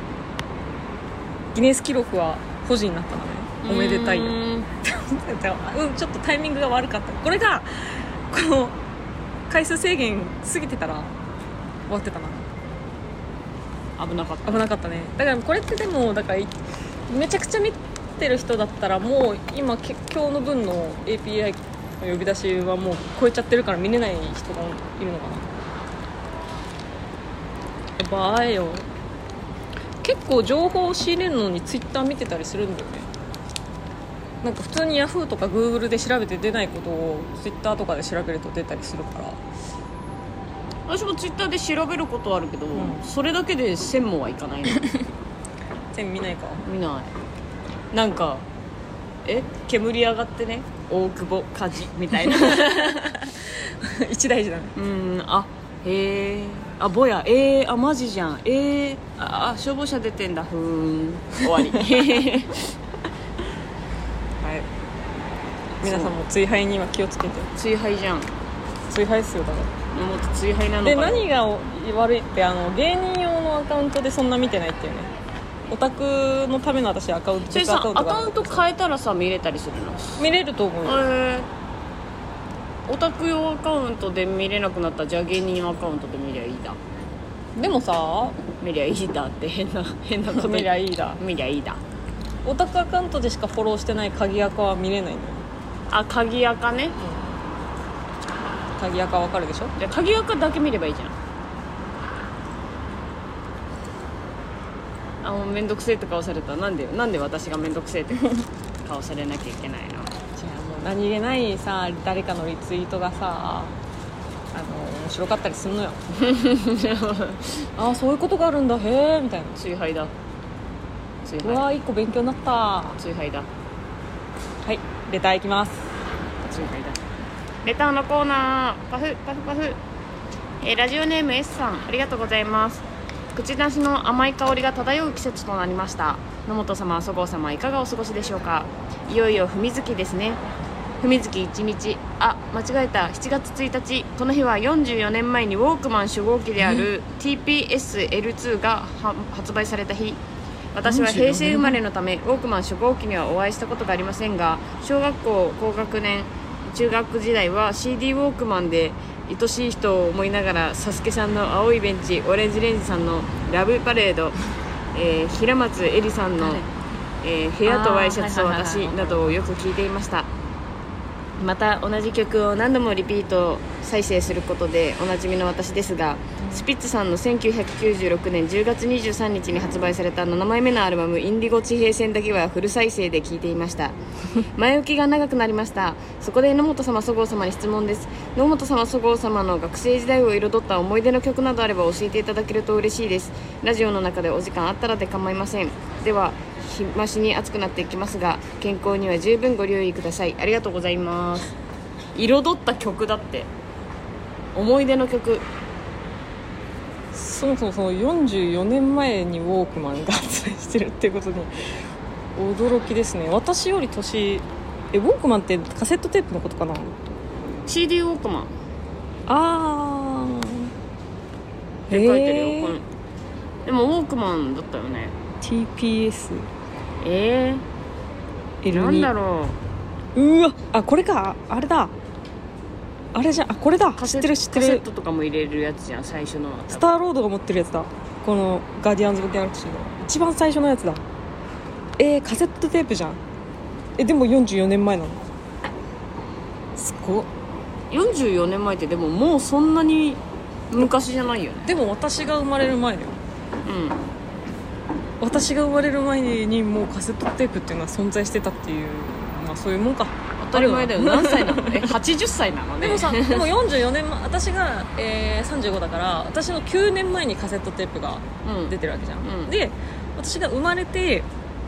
ギネス記録は保持になったのね。おめでたいよちょっとタイミングが悪かった。これがこの回数制限過ぎてたら終わってたな。 危なかったね。だからこれってでもめちゃくちゃ見てる人だったらもう今今日の分の API の呼び出しはもう超えちゃってるから見れない人がいるのかな。やばいよ。結構情報を仕入れるのにツイッター見てたりするんだよね。なんか普通に Yahoo とか Google で調べて出ないことをツイッターとかで調べると出たりするから。 私もツイッターで調べることはあるけど、それだけで1000もはいかないの 1000見ないか。 見ないなんか煙上がってね、大久保火事みたいな一大事だね。 ぼやマジじゃん消防車出てんだ終わりはい、 皆さんも追廃には気をつけて。 追廃じゃん。 追廃っすよ。だからもっと追廃なのかで、何が悪いって芸人用のアカウントでそんな見てないっていうね。オタクのための私アカウント、 それさアカウント変えたらさ見れたりするの？ 見れると思うよ。 オタク用アカウントで見れなくなったら、じゃあ芸人アカウントで見りゃいいだ。 でもさ、 見りゃいいだって変なこと見りゃいいだオタクアカウントでしかフォローしてない鍵アカは見れないのよ。 鍵アカね、 鍵アカわかるでしょ。 じゃあ鍵アカだけ見ればいいじゃん。もうめんどくせえって顔された。なんで私がめんどくせえって顔されなきゃいけないの。 じゃあもう何気ないさ、誰かのリツイートがさ面白かったりすんのよそういうことがあるんだ、へえみたいな。 追廃だ。 うわ1個勉強になった。 追廃だ。 はい、レターいきます。 追廃だ。レターのコーナー、パフパフパフ。ラジオネーム S さん、ありがとうございます。口出しの甘い香りが漂う季節となりました。野本様、そごう様、いかがお過ごしでしょうか。いよいよ文月ですね。文月1日、間違えた、7月1日、この日は44年前にウォークマン初号機である TPS-L2 が発売された日。私は平成生まれのためウォークマン初号機にはお会いしたことがありませんが、小学校高学年中学時代は CD ウォークマンで愛しい人を思いながらサスケさんの青いベンチ、オレンジレンジさんのラブパレード、平松絵里さんの、部屋とワイシャツと私などをよく聞いていました。また同じ曲を何度もリピート再生することでおなじみの私ですが、スピッツさんの1996年10月23日に発売された7枚目のアルバムインディゴ地平線だけはフル再生で聴いていました。前置きが長くなりました。そこで野本様、そごう様に質問です。野本様、そごう様の学生時代を彩った思い出の曲などあれば教えていただけると嬉しいです。ラジオの中でお時間あったらで構いません。では日増しに暑くなっていきますが、健康には十分ご留意ください。ありがとうございます。彩った曲だって、思い出の曲。 そもそもその44年前にウォークマンが発売してるっていうことに驚きですね。私より年ウォークマンってカセットテープのことかな。 CD ウォークマンあーって書いてるよ、でもウォークマンだったよね。 TPS L2 なんだろうわ、あ、これか、あれだ、あれじゃん、あ、これだ、知ってる知ってる。 カセットとかも入れるやつじゃん、最初の。 スターロードが持ってるやつだ、このガーディアンズ・オブ・ギャラクシーの一番最初のやつだ。カセットテープじゃん。でも44年前なの。すごっ。 44年前ってでももうそんなに昔じゃないよね。 でも私が生まれる前だよ。私が生まれる前にもうカセットテープっていうのは存在してたっていう、まあそういうもんか。 当たり前だよ。何歳なの80歳なのね。 でもさ、でも44年前、私が、35だから、私の9年前にカセットテープが出てるわけじゃん、で私が生まれて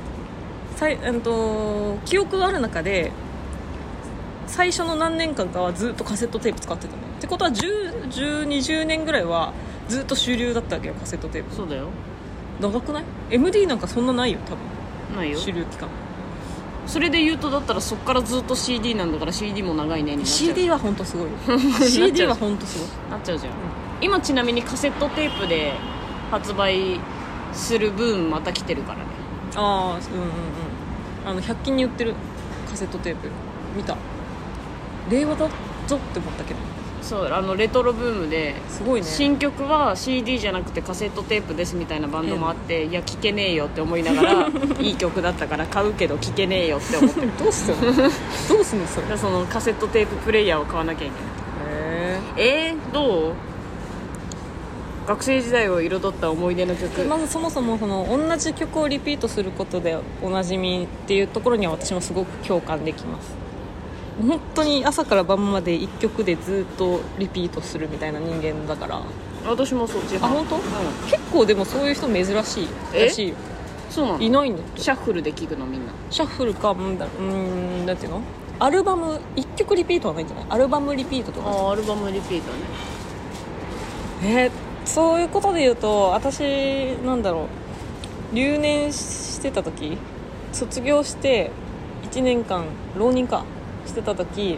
記憶がある中で最初の何年間かはずっとカセットテープ使ってたのってことは20年ぐらいはずっと主流だったわけよ、カセットテープ。 そうだよ。 長くない？ MD なんかそんなないよ多分。 ないよ。 主流期間。 それで言うとだったらそっからずっと CD なんだから CD も長いねになっちゃう。 CD は本当すごいCD は本当すごいなっちゃうじゃん、今ちなみにカセットテープで発売するブームまた来てるからね。 ああ、100均に売ってるカセットテープ見た。令和だぞって思ったけど。 そうレトロブームですごいね。 新曲は CD じゃなくてカセットテープですみたいなバンドもあって、いや聴けねえよって思いながらいい曲だったから買うけど聴けねえよって思ってる。 どうすんのどうすんのそれ。 そのカセットテーププレイヤーを買わなきゃいけない。どう？学生時代を彩った思い出の曲。 まずそもそもその同じ曲をリピートすることでおなじみっていうところには私もすごく共感できます。本当に朝から晩まで1曲でずっとリピートするみたいな人間だから。 私もそっち。 あ、本当？結構でもそういう人珍しいらしいよ。 そうなの？ いないんだって。 シャッフルで聴くのみんな。 シャッフルか、なんていうの、アルバム1曲リピートはないんじゃない？アルバムリピートとか。 アルバムリピートね。 そういうことで言うと、私なんだろう、留年してた時、卒業して1年間浪人かしてた時、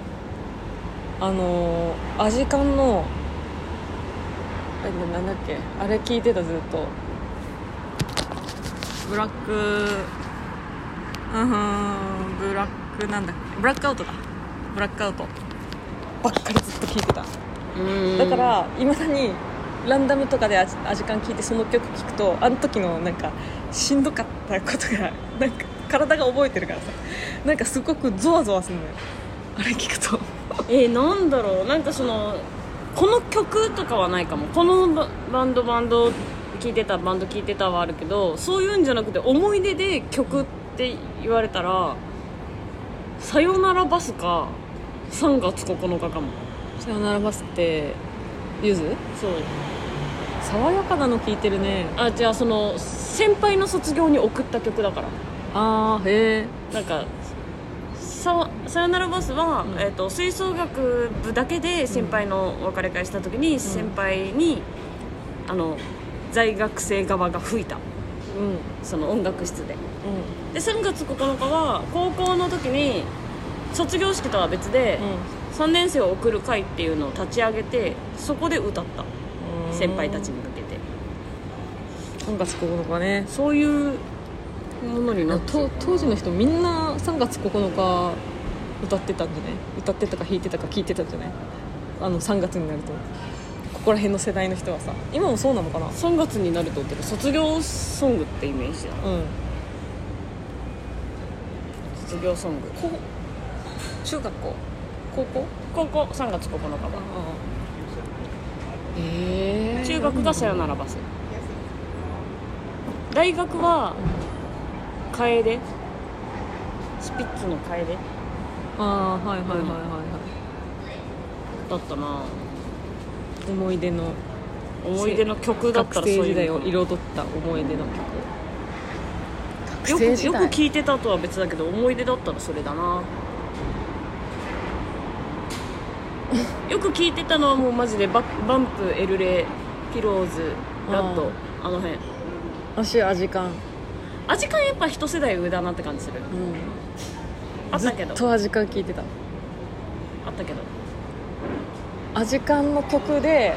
アジカンのなんだっけ、あれ聞いてた。ずっとブラックなんだっけ、ブラックアウトだ。ブラックアウトばっかりずっと聞いてた。だからいまだにランダムとかでアジカン聞いてその曲聞くと、あの時のなんかしんどかったことがなんか体が覚えてるからさ、なんかすごくゾワゾワするのよ、あれ聞くと。 なんだろう、なんかこの曲とかはないかも。このバンド聴いてたはあるけど、そういうんじゃなくて思い出で曲って言われたらさよならバスか3月9日かも。 さよならバスってゆず？ そう。 爽やかなの聴いてるね。 じゃあ先輩の卒業に送った曲だから。なんかさよならバスは、吹奏楽部だけで先輩のお別れ会した時に、先輩に在学生側が吹いた、その音楽室で、で3月9日は高校の時に卒業式とは別で、3年生を送る会っていうのを立ち上げて、そこで歌った。先輩たちに向けて。 3月9日ね、 そういうものになって当時の人みんな3月9日歌ってたんじゃない？歌ってたか弾いてたか聞いてたんじゃない？ 3月になると、ここら辺の世代の人はさ。今もそうなのかな。 3月になるとってか卒業ソングってイメージだ。卒業ソング。 中学校、高校 3月9日は。中学がさよならバス、大学は楓、スピッツの楓だったな。 思い出の曲だったらそういう学生時代を彩った思い出の曲。 よく聴いてたとは別だけど、思い出だったらそれだな。よく聴いてたのはもうマジでバンプ、エルレ、ピローズ、ラッド、あの辺。 私はアジカンやっぱ一世代上だなって感じする。あったけど、 ずっとアジカン聴いてた。 あったけどアジカンの曲で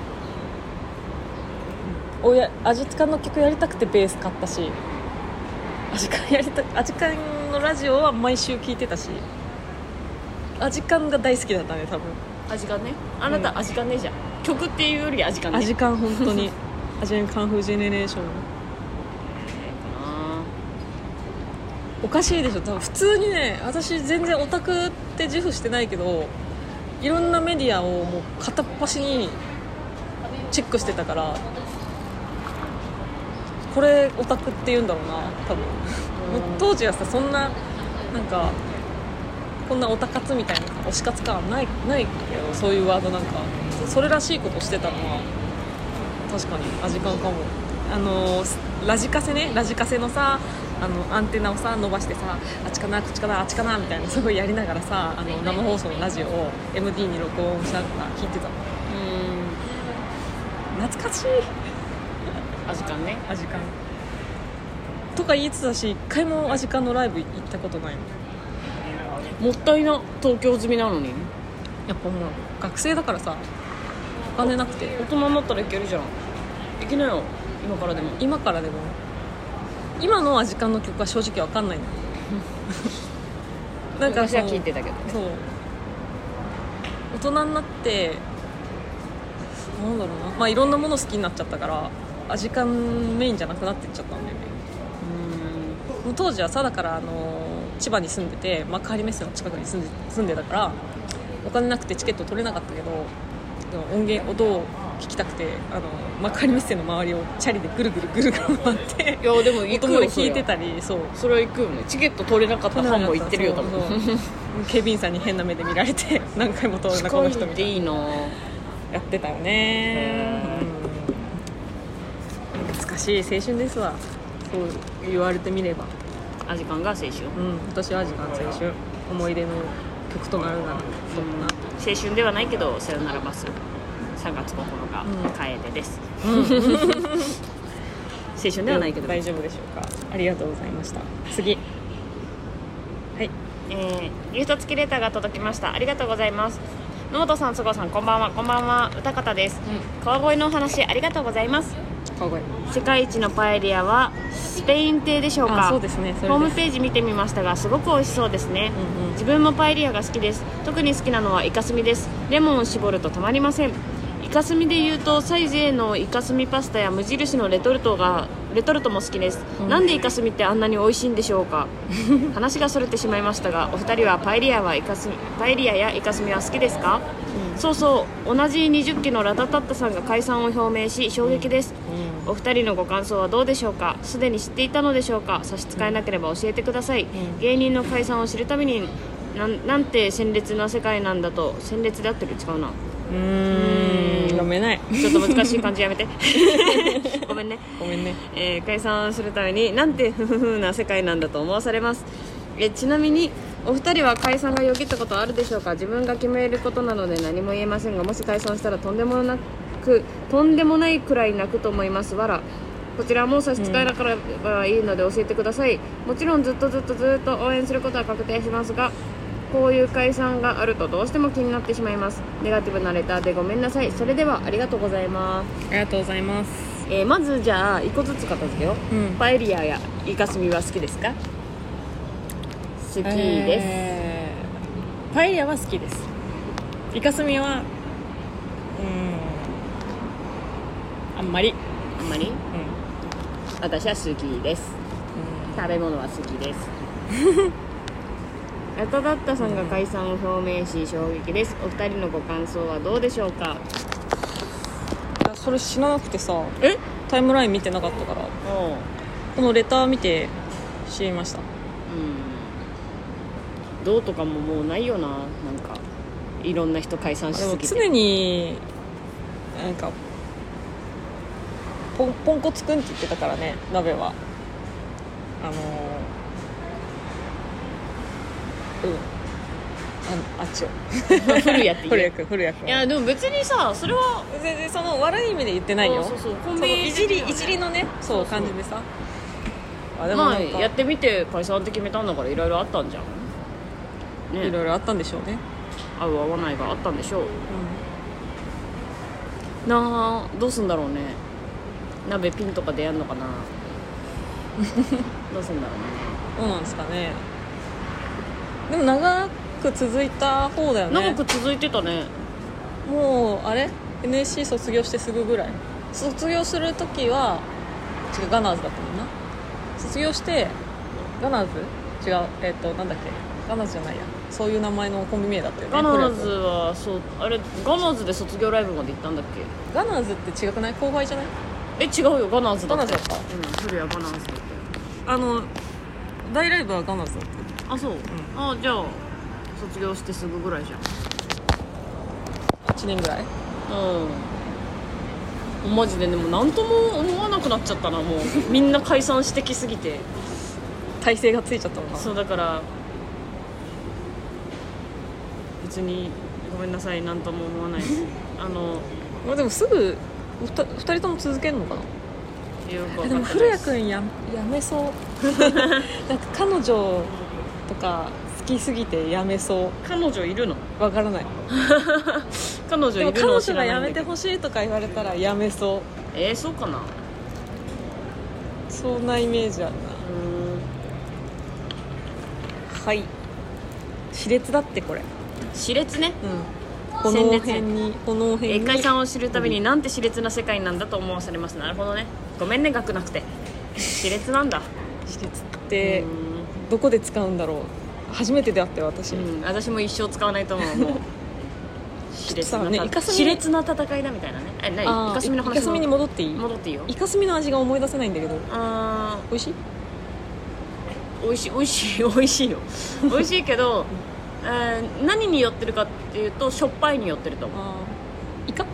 アジカンの曲やりたくてベース買ったし、アジカンのラジオは毎週聴いてたし、アジカンが大好きだったね多分。 アジカンね。あなたアジカンねじゃん、曲っていうよりアジカンね。 アジカン本当にアジカンフージェネレーションおかしいでしょ。多分普通にね、私全然オタクって自負してないけど、いろんなメディアをもう片っ端にチェックしてたから、これオタクって言うんだろうな多分。当時はさ、そんななんかこんなオタ活みたいな推し活感ないけど、そういうワードなんかそれらしいことしてたのは確かにアジカンかも。ラジカセのさ、アンテナをさ伸ばしてさ、あっちかなこっちかなあっちかなみたいなすごいやりながらさ、生放送のラジオを MD に録音しながら聞いてた。懐かしい。 アジカンね。 アジカンとか言いつつだし、一回もアジカンのライブ行ったことないの。 もったいな、東京済みなのに。 やっぱもう学生だからさ、お金なくて。 大人になったらいけるじゃん。いけなよ、今からでも。 今のアジカンの曲は正直わかんないのなんか昔は聞いてたけど、 そう大人になってなんだろうな、いろんなもの好きになっちゃったからアジカンメインじゃなくなってっちゃったんだよね。当時はさ、だから千葉に住んでて、幕張メッセの近くに住んでたからお金なくてチケット取れなかったけど、でも音を聞きたくて幕張メッセの周りをチャリでぐるぐる回っていやでも行くよ、 音で弾いてたり。それは行くよね。チケット取れなかったファンも行ってるよ多分。 警備員さんに変な目で見られて何回も通るなこの人みたいな。 いいな、 やってたよね。懐かしい青春ですわ、そう言われてみれば。 アジカンが青春。 私はアジカン青春、思い出の曲となるならそんな青春ではないけどさよならバス3月9日、楓です。青春ではないけど、 大丈夫でしょうか。ありがとうございました。次、はい、 ギフト付きレターが届きました。ありがとうございます。野本さん、菅さん、こんばんは。こんばんは。歌方です。川越のお話ありがとうございます。世界一のパエリアはスペイン亭でしょうか。 そうですね、 ホームページ見てみましたがすごく美味しそうですね。自分もパエリアが好きです。特に好きなのはイカスミです。レモンを絞るとたまりません。イカスミでいうとサイズ A のイカスミパスタや無印のレトルトも好きです。なんでイカスミってあんなに美味しいんでしょうか。話がそれてしまいましたが、お二人はパエリアやイカスミは好きですか。そうそう、同じ20期のラタタッタさんが解散を表明し衝撃です。お二人のご感想はどうでしょうか。すでに知っていたのでしょうか。差し支えなければ教えてください。芸人の解散を知るためになんて鮮烈な世界なんだと。鮮烈であってる、違うな。 読めない。 ちょっと難しい漢字やめて。ごめんね。解散するためになんてふふふな世界なんだと思わされます。ちなみにお二人は解散がよぎったことあるでしょうか。自分が決めることなので何も言えませんが、もし解散したらとんでもないくらい泣くと思います。わら。こちらも差し支えなければいいので教えてください。もちろんずっと応援することは確定しますが、こういう解散があるとどうしても気になってしまいます。ネガティブなレターでごめんなさい。それではありがとうございます。 ありがとうございます。 まずじゃあ1個ずつ片付けよう。パエリアやイカスミは好きですか。好きです。 パエリアは好きです。イカスミはあんまり、 あんまり私は好きです。食べ物は好きですラタダッタさんが解散を表明し衝撃です。お二人のご感想はどうでしょうか。 いやそれ知らなくてさ、 えタイムライン見てなかったから、このレター見て知りました。 どうとかももうないよな。なんかいろんな人解散しすぎて、 でも常になんかポンコツくんって言ってたからね、鍋は。あっちを古谷って言う古谷君。 いやでも別にさ、それは全然その悪い意味で言ってないよ。 そうそうそのいじりのね、そう感じでさ。でもまあやってみて解散って決めたんだから、いろいろあったんじゃんね。 いろいろあったんでしょうね。 合う合わないがあったんでしょう、なあ。どうすんだろうね。鍋ピンとかでやんのかなどうすんだろうね。 そうなんですかね。でも長く続いた方だよね。 長く続いてたね。 もうあれ NSC 卒業してすぐぐらい。卒業する時はガナーズだったもんな。卒業してガナーズ違う、なんだっけ、ガナーズじゃないや、そういう名前のコンビ名だったよね。 ガナーズはそう、あれガナーズで卒業ライブまで行ったんだっけ。 ガナーズって違くない？後輩じゃない？ 違うよ、ガナーズだった。 ガナーズだった。 古谷ガナーズだったよ。 大ライブはガナーズだった。 あ、そう、じゃあ卒業してすぐぐらいじゃん。 1年ぐらい。 マジで。でも何とも思わなくなっちゃったな、もうみんな解散してきすぎて体勢がついちゃったのかな。 そうだから別にごめんなさい、何とも思わないですでもすぐ2人とも続けるのかな。でも古谷君やめそうなんか彼女とか好きすぎてやめそう。 彼女いるの？ わからない彼女いるの？ でも彼女がやめてほしいとか言われたらやめそう。 そうかな。 そんなイメージあるな。はい、熾烈だってこれ。 熾烈ね。 この辺に解散を知るたびになんて熾烈な世界なんだと思わされます。なるほどね。ごめんね、学なくて。熾烈なんだ。 熾烈ってどこで使うんだろう。初めてであって私、 私も一生使わないと思う。もう熾烈な戦いだみたいなね。何？イカスミの話。イカスミに戻っていい？ 戻っていいよ。 イカスミの味が思い出せないんだけど。美味しい？ 美味しいよ。美味しいけど何に寄ってるかっていうとしょっぱいに寄ってると思う。 イカ？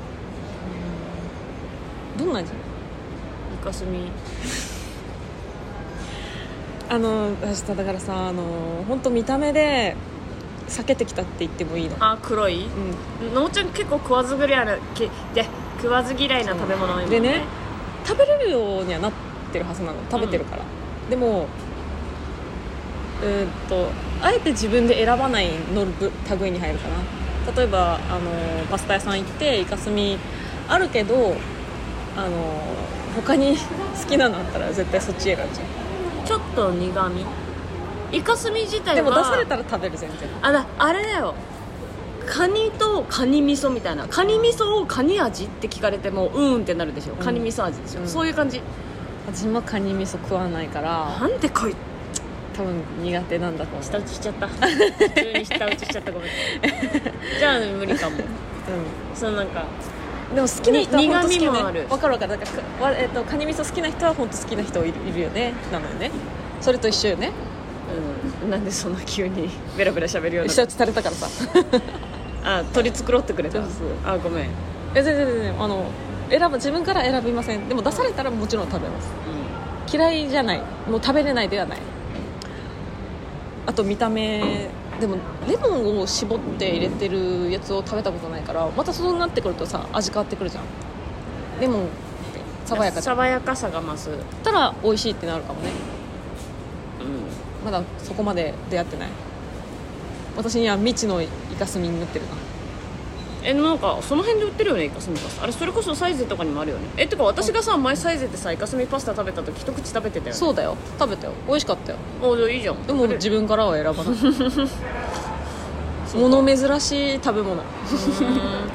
どんな味？ イカスミ私だからさ、本当見た目で避けてきたって言ってもいいの。 黒い？のーちゃん結構食わず嫌いな食べ物でね、食べれるようにはなってるはずなの。食べてるから、でもあえて自分で選ばないの類に入るかな。例えばパスタ屋さん行ってイカスミあるけど他に好きなのあったら絶対そっち選んじゃう。 ちょっと苦味。イカスミ自体はでも出されたら食べる。全然あれだよ、カニとカニ味噌みたいな。カニ味噌をカニ味って聞かれてもってなるでしょ。カニ味噌味でしょ、そういう感じ。 私もカニ味噌食わないから。 なんでこい多分苦手なんだと思う。 舌打ちしちゃった普通に舌打ちしちゃった、ごめんじゃあ無理かも。そのなんかでも好きな人は本当好きよね。 苦味もある。 分かるだから、カニ味噌好きな人は本当好きな人いるよね。なのよね。それと一緒よね。 なんでそんな急にベラベラ喋るような。 舌打ちされたからさ取り繕ってくれた。ごめん。 全然自分から選びません。でも出されたらもちろん食べます、嫌いじゃない。もう食べれないではない。あと見た目でもレモンを絞って入れてるやつを食べたことないから、またそうなってくるとさ味変わってくるじゃん。レモンって爽やかじゃん。 爽やかさが増す。 たら美味しいってなるかもね。まだそこまで出会ってない。私には未知のイカスミになってるな。 なんかその辺で売ってるよね、イカスミパスタ。あれそれこそサイゼとかにもあるよね。てか私がさ前サイゼでさイカスミパスタ食べた時一口食べてたよね。 そうだよ、食べたよ。美味しかったよ。 じゃあいいじゃん。 でも自分からは選ばない物珍しい食べ物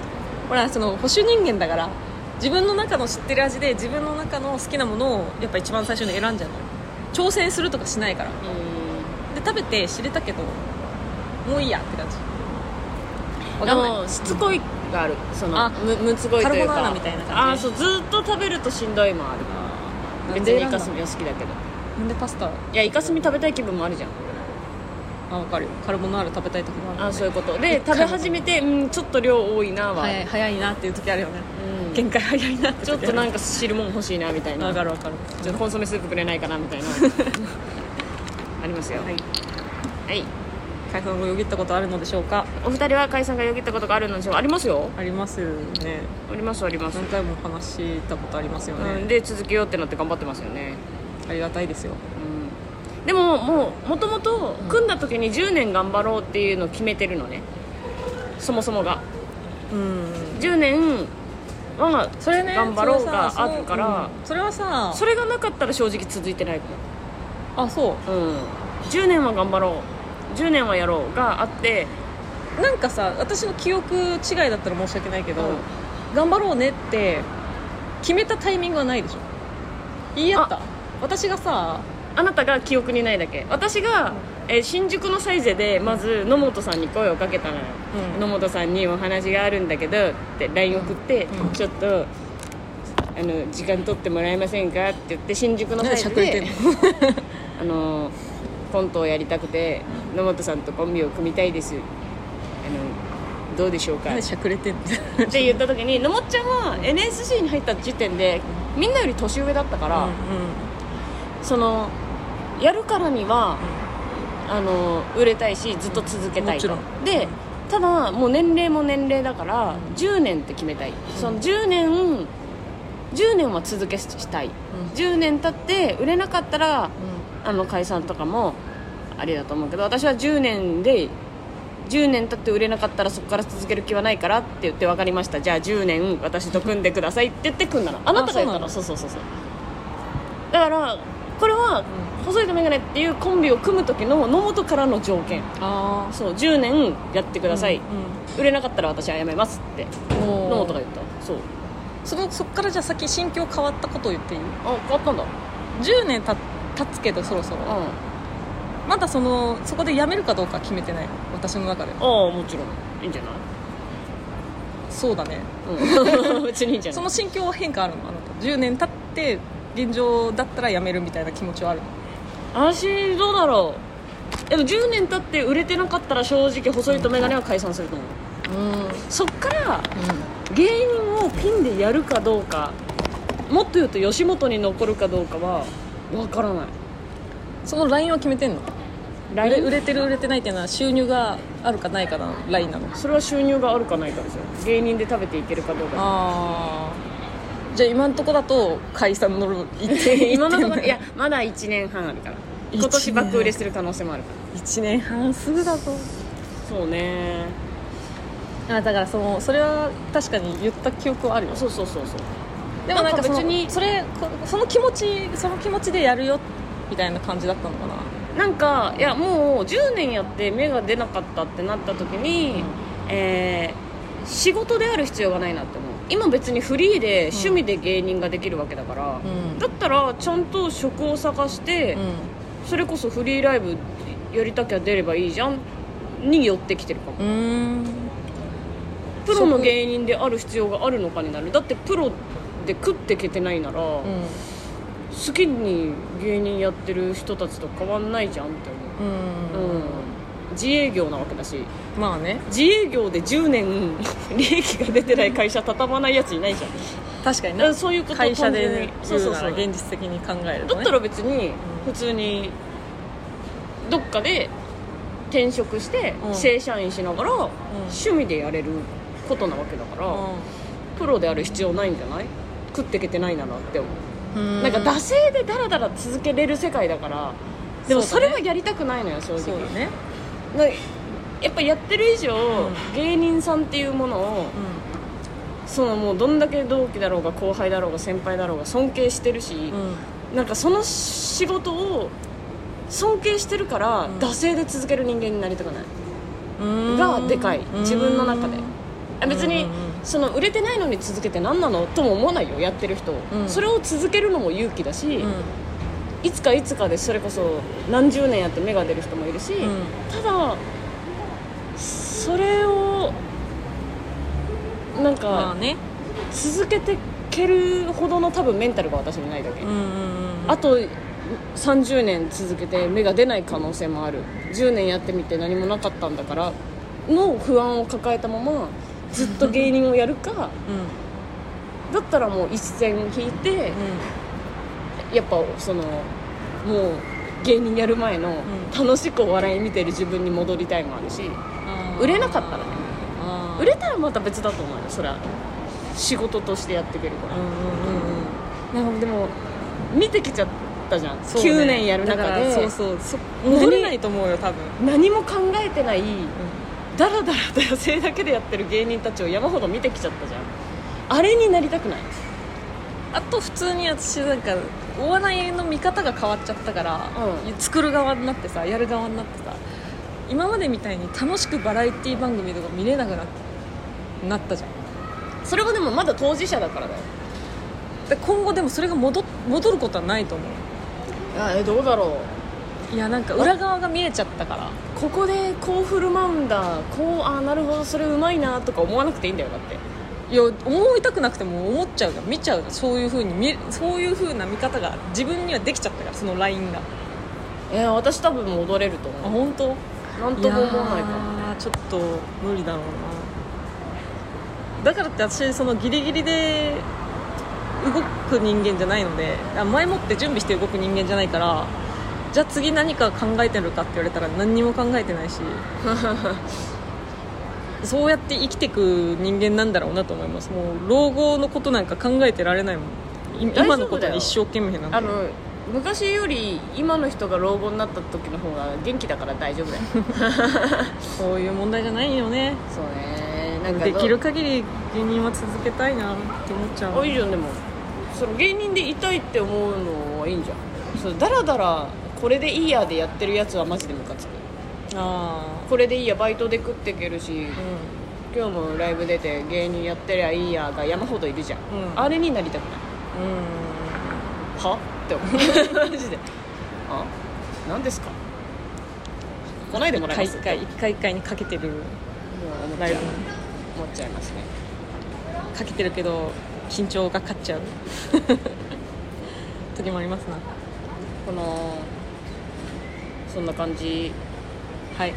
ほらその保守人間だから自分の中の知ってる味で自分の中の好きなものをやっぱ一番最初に選んじゃうの。挑戦するとかしないから。で食べて知れたけどもういいやって感じ。 でもしつこいがある、そのむつごいというかカルボナーラみたいな感じ。 そうずっと食べるとしんどいもある。別にイカスミは好きだけど。 なんでパスタ？ いやイカスミ食べたい気分もあるじゃん。 分かるよ。カルボナーラ食べたい時もある、ね、 そういうことで食べ始めてちょっと量多いなは早いなっていう時あるよね、限界早いなってちょっとなんか汁物欲しいなみたいな。 分かるちょっとコンソメスープくれないかなみたいなありますよ。はい、はい、 海さんがよぎったことあるのでしょうか。 お二人は海さんがよぎったことがあるのでしょうか。ありますよ。 ありますよね。 ありますあります。 何回も話したことありますよね、 で続けようってなって頑張ってますよね。 ありがたいですよ、 でももともと組んだ時に10年頑張ろうっていうのを決めてるのね、そもそもが。10年はそれね頑張ろうがあるから、 それはさそれがなかったら正直続いてないかも。そう、 10年は頑張ろう10年はやろうがあって、 なんかさ私の記憶違いだったら申し訳ないけど、頑張ろうねって決めたタイミングはないでしょ。言い合った。私がさ、 あなたが記憶にないだけ。私が、新宿のサイゼでまず野本さんに声をかけたのよ、野本さんにお話があるんだけどって LINE 送って、ちょっと時間取ってもらえませんかって言って新宿のサイズでコントをやりたくて野本さんとコンビを組みたいです、どうでしょうかしゃくれてんって言った時に野本ちゃんは NSC に入った時点でみんなより年上だったから、そのやるからには、売れたいしずっと続けたいと。でただもう年齢も年齢だから10年って決めたい、その10年は続けしたい、10年経って売れなかったら、解散とかもありだと思うけど、私は10年経って売れなかったらそこから続ける気はないからって言って、分かりました、じゃあ10年私と組んでくださいって言って組んだの。あなたが言ったの。そうだからこれは細いとメガネっていうコンビを組む時の野本からの条件。そう10年やってください、売れなかったら私は辞めますって野本が言った。 そっからじゃあ先心境変わったことを言っていい？ 変わったんだ。 10年経つけどそろそろ、まだそこで辞めるかどうか決めてない私の中で。 もちろんいいんじゃない。 そうだね、 別にいいんじゃない。 その心境は変化あるの？あなた10年経って現状だったら辞めるみたいな気持ちはあるの？ 私どうだろう。でも10年経って売れてなかったら正直細いとメガネは解散すると思う。そっから、芸人をピンでやるかどうか、もっと言うと吉本に残るかどうかは分からない。 そのラインは決めてんの？売れてる売れてないっていうのは収入があるかないかのラインなの？ それは収入があるかないかですよ。芸人で食べていけるかどうか。 じゃあ今のとこだと解散の今のところいやまだ1年半あるから、今年爆売れする可能性もあるから。 1年半すぐだぞ。 そうね。 だからそれは確かに言った記憶はあるよ。 そうでもなんか別にその気持ちでやるよみたいな感じだったのかな。 なんかいやもう10年やって芽が出なかったってなった時に、仕事である必要がないなって思う。今別にフリーで趣味で芸人ができるわけだから、だったらちゃんと職を探して、それこそフリーライブやりたきゃ出ればいいじゃんに寄ってきてるかも。プロの芸人である必要があるのかになる。だってプロで食ってけてないなら、好きに芸人やってる人たちと変わんないじゃんって思う。自営業なわけだし、 まあね、 自営業で10年利益が出てない会社畳まないやついないじゃん。 確かにね。 そういうこと会社で言うなら現実的に考えるとね。 だったら別に普通にどっかで転職して正社員しながら趣味でやれることなわけだから、プロである必要ないんじゃない？食ってけてないならって思う。なんか惰性でダラダラ続けれる世界だから。でもそれはやりたくないのよ正直。 そうだね。 やっぱやってる以上、芸人さんっていうものを、もうどんだけ同期だろうが後輩だろうが先輩だろうが尊敬してるし、なんかその仕事を尊敬してるから、惰性で続ける人間になりたくないがでかい。自分の中で別にその売れてないのに続けて何なのとも思わないよ、やってる人、それを続けるのも勇気だし、いつかでそれこそ何十年やって芽が出る人もいるし、ただそれをなんか続けていけるほどの多分メンタルが私にないだけ、あと30年続けて芽が出ない可能性もある、10年やってみて何もなかったんだからの不安を抱えたままずっと芸人をやるか、だったらもう一線引いて、やっぱそのもう芸人やる前の楽しくお笑い見てる自分に戻りたいもあるし、売れなかったらね、売れたらまた別だと思うよ、それは仕事としてやっていけるから、なんかでも見てきちゃったじゃん、9年やる中で。 戻れないと思うよ多分。 何も考えてない、ダラダラと野生だけでやってる芸人たちを山ほど見てきちゃったじゃん。あれになりたくない？ あと普通に私なんかお笑いの見方が変わっちゃったから、作る側になってさ、やる側になってさ、今までみたいに楽しくバラエティ番組とか見れなくなったじゃん。 それはでもまだ当事者だからだよ。 で今後でもそれが戻ることはないと思う。 どうだろう。いやなんか裏側が見えちゃったから、 ここでこう振る舞うんだ、こうなるほどそれうまいなとか思わなくていいんだよ。だっていや思いたくなくても思っちゃうじゃん、見ちゃうじゃん。そういう風な見方が自分にはできちゃったから、そのラインが。 私多分戻れると思う。 本当？ なんとも思わないかも。 ちょっと無理だろうな。だからって私そのギリギリで動く人間じゃないので、前もって準備して動く人間じゃないから、じゃあ次何か考えてるかって言われたら何にも考えてないしそうやって生きていく人間なんだろうなと思います。もう老後のことなんか考えてられないもん。今のことに一生懸命なんで。 昔より今の人が老後になった時の方が元気だから大丈夫だよそういう問題じゃないよね。 そうね、なんかできる限り芸人は続けたいなって思っちゃう。 いいじゃん。でもその芸人でいたいって思うのはいいんじゃん。そうだらだらこれでいいやでやってるやつはマジでムカつく。これでいいや、バイトで食っていけるし、今日もライブ出て芸人やってりゃいいやが山ほどいるじゃん、あれになりたくない。はって思うマジで何ですか、来ないでもらえます？ 一回にかけてる。もう思っちゃいますね。 かけてるけど緊張が勝っちゃう時もありますな。 そんな感じ。はい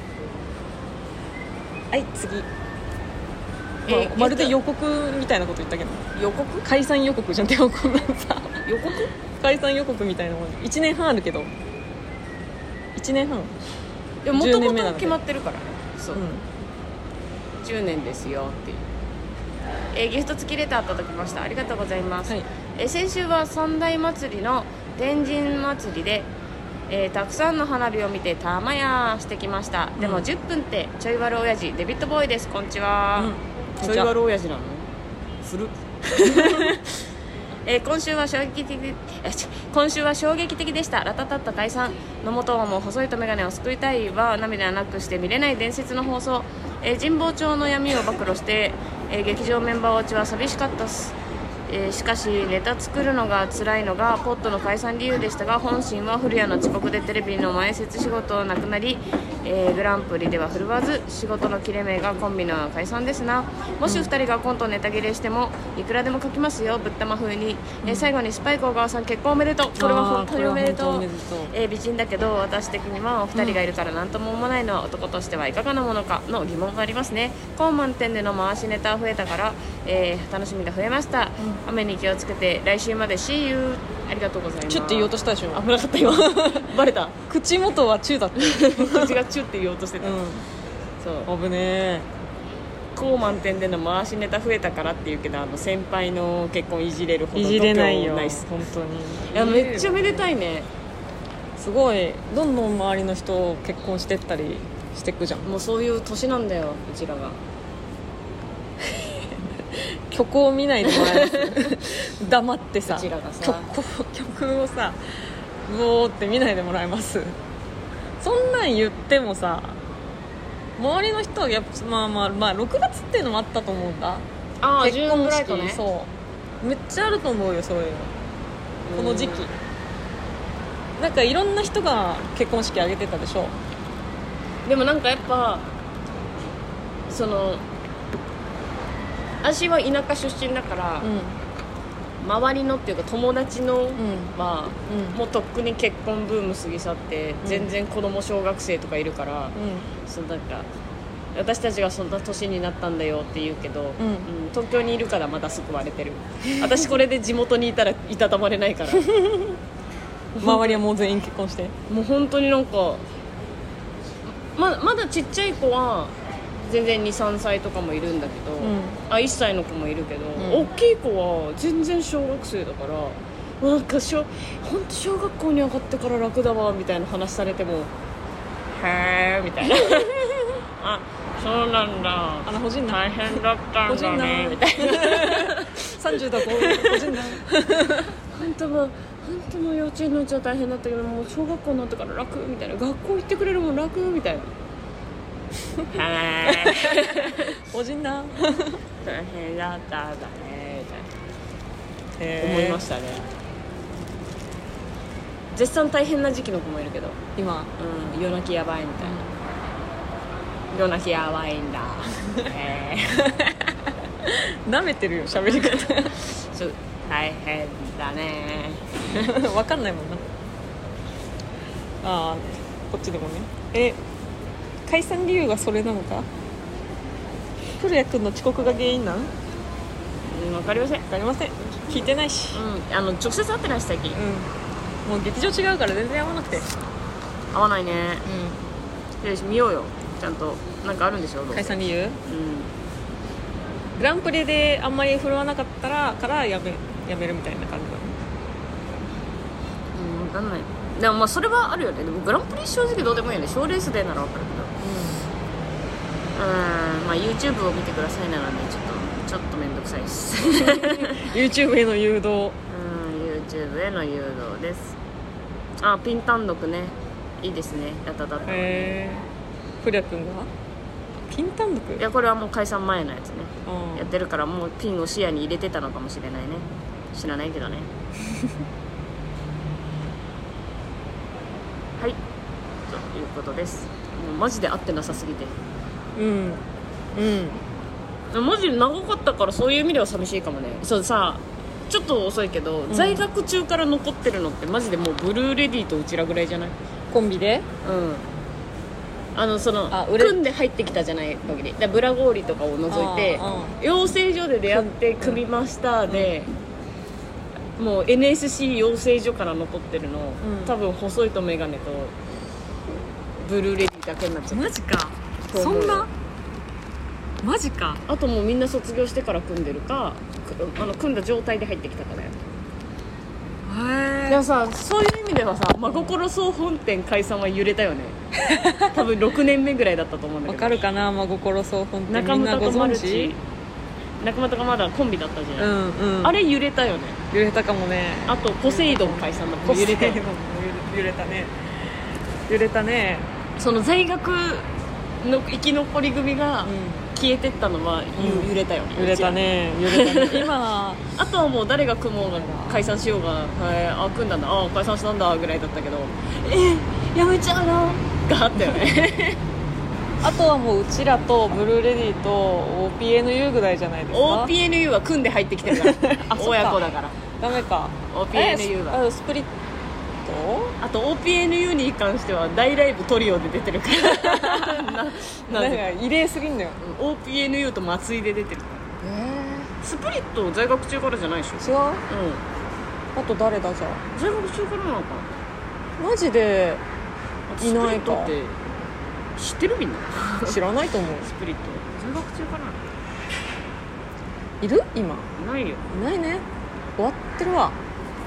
次、まるで予告みたいなこと言ったけど、 予告？ 解散予告じゃんってこんなんさ予告？ 解散予告みたいなもん。1年半あるけど、1年半でももともと決まってるからね。そう、10年ですよっていう。ギフト付きレター届きました。ありがとうございます、先週は三大祭りの天神祭りで、たくさんの花火を見てたまやしてきました。でも10分ってちょい悪親父デビッドボーイです。こんにちは、ちょい悪親父なの？古っ今週は衝撃的でした。ラタタッタ解散。野本も細いとメガネを救いたいは涙なくして見れない伝説の放送。神保町の闇を暴露して、劇場メンバー落ちは寂しかったっす。しかしネタ作るのが辛いのがポットの解散理由でしたが、本心は古谷の遅刻でテレビの前説仕事なくなり、グランプリでは振るわず仕事の切れ目がコンビの解散ですな。もし2人がコントネタ切れしてもいくらでも書きますよ、ぶったま風に。最後にスパイク小川さん結婚おめでとう。これは本当におめでとう。美人だけど私的にはお二人がいるから何とも思わないのは男としてはいかがなものかの疑問がありますね。高満点での回しネタ増えたから、楽しみが増えました、雨に気をつけて来週まで See you。 ありがとうございます。 チュって言おうとしたでしょ。 危なかった今バレた。 口元はチュだって口がチュって言おうとしてた、 そう危ねえ。 高満点での回しネタ増えたからっていうけど、先輩の結婚いじれるほどいじれないよないっす本当に。 いやめっちゃめでたいね。 すごいどんどん周りの人結婚してったりしてくじゃん。 もうそういう年なんだようちらが曲を見ないでもらえます黙ってさ、 うちらがさ曲をさうおーって見ないでもらえます？そんなん言ってもさ、周りの人はやっぱまあ6月っていうのもあったと思うんだ。 ああ結婚ジューンブライト式、 ね。 そうめっちゃあると思うよそういうのこの時期なんかいろんな人が結婚式挙げてたでしょ。 でもなんかやっぱその私は田舎出身だから、周りのっていうか友達のは、もうとっくに結婚ブーム過ぎ去って、全然子供小学生とかいるから、そうなんか私たちがそんな年になったんだよって言うけど、東京にいるからまだ救われてる私これで地元にいたらいたたまれないから周りはもう全員結婚してもう本当になんかまだちっちゃい子は全然 2,3 歳とかもいるんだけど、1歳の子もいるけど、大きい子は全然小学生だからなんか本当小学校に上がってから楽だわみたいな話されてもへーみたいなあそうなんだほじんな大変だったんだねみたいな 30だほじんな本当の幼稚園のうちは大変だったけどもう小学校になってから楽みたいな学校行ってくれるもん楽みたいなはほじんな大変だったんだねみたいな思いましたね。絶賛大変な時期の子もいるけど今、 夜泣きやばいみたいな、夜泣きやばいんだ舐めてるよ喋り方そう大変だね分かんないもんなあこっちでもね解散理由がそれなのか古谷君の遅刻が原因なん？ 分かりません分かりません聞いてないし、 直接会ってないし最近、 もう劇場違うから全然合わなくて合わないね。見ようよちゃんとなんかあるんでしょ解散理由、グランプリであんまり振るわなかったからやめるみたいな感じだね。 分かんない。でもまあそれはあるよね。でもグランプリ正直どうでもいいよね。賞レースでなら分かるけど、まあ YouTube を見てくださいならねちょっとめんどくさいです YouTube への誘導 YouTube への誘導です。ピン単独ねいいですね。やった古谷君がピン単独？ いやこれはもう解散前のやつね、やってるからもうピンを視野に入れてたのかもしれないね。知らないけどねはいということです。もうマジで合ってなさすぎてマジで長かったからそういう意味では寂しいかもね。そうさちょっと遅いけど、在学中から残ってるのってマジでもうブルーレディとうちらぐらいじゃない？ コンビで組んで入ってきたじゃない限りだブラゴーリとかを除いて養成所で出会って組みましたで、もう NSC 養成所から残ってるの、多分細いとメガネとブルーレディだけになっちゃう。 マジかそんなマジか。 あともうみんな卒業してから組んでるか組んだ状態で入ってきたからよ。いやさそういう意味ではさ真心総本店解散は揺れたよね多分6年目ぐらいだったと思うんだけど。 わかるかな真心総本店中みんなご村とマル存知？ チ中村がまだコンビだったじゃん、あれ揺れたよね。 揺れたかもね。 あとポセイドン解散だもん揺れたよ。 揺れたね揺れたね。 その在学の生き残り組が消えてったのは揺れたよね。 揺れたね揺れたね今あとはもう誰が組もうが解散しようが、組んだんだ解散したんだぐらいだったけどやめちゃうながあったよねあとはもううちらとブルーレディと OPNU ぐらいじゃないですか。 OPNU は組んで入ってきてるから親子だからダメか。 OPNU はスプリット。 あと OPNU に関しては大ライブトリオで出てるからなんか異例すぎんだよ。 OPNU と松井で出てるから。スプリット在学中からじゃないでしょ。 違う。あと誰だじゃあ。 在学中からなのかな。 マジでいないか。 って知ってるみんな知らないと思う。 スプリット在学中からいる今。 いないよ。 いないね。終わってるわ。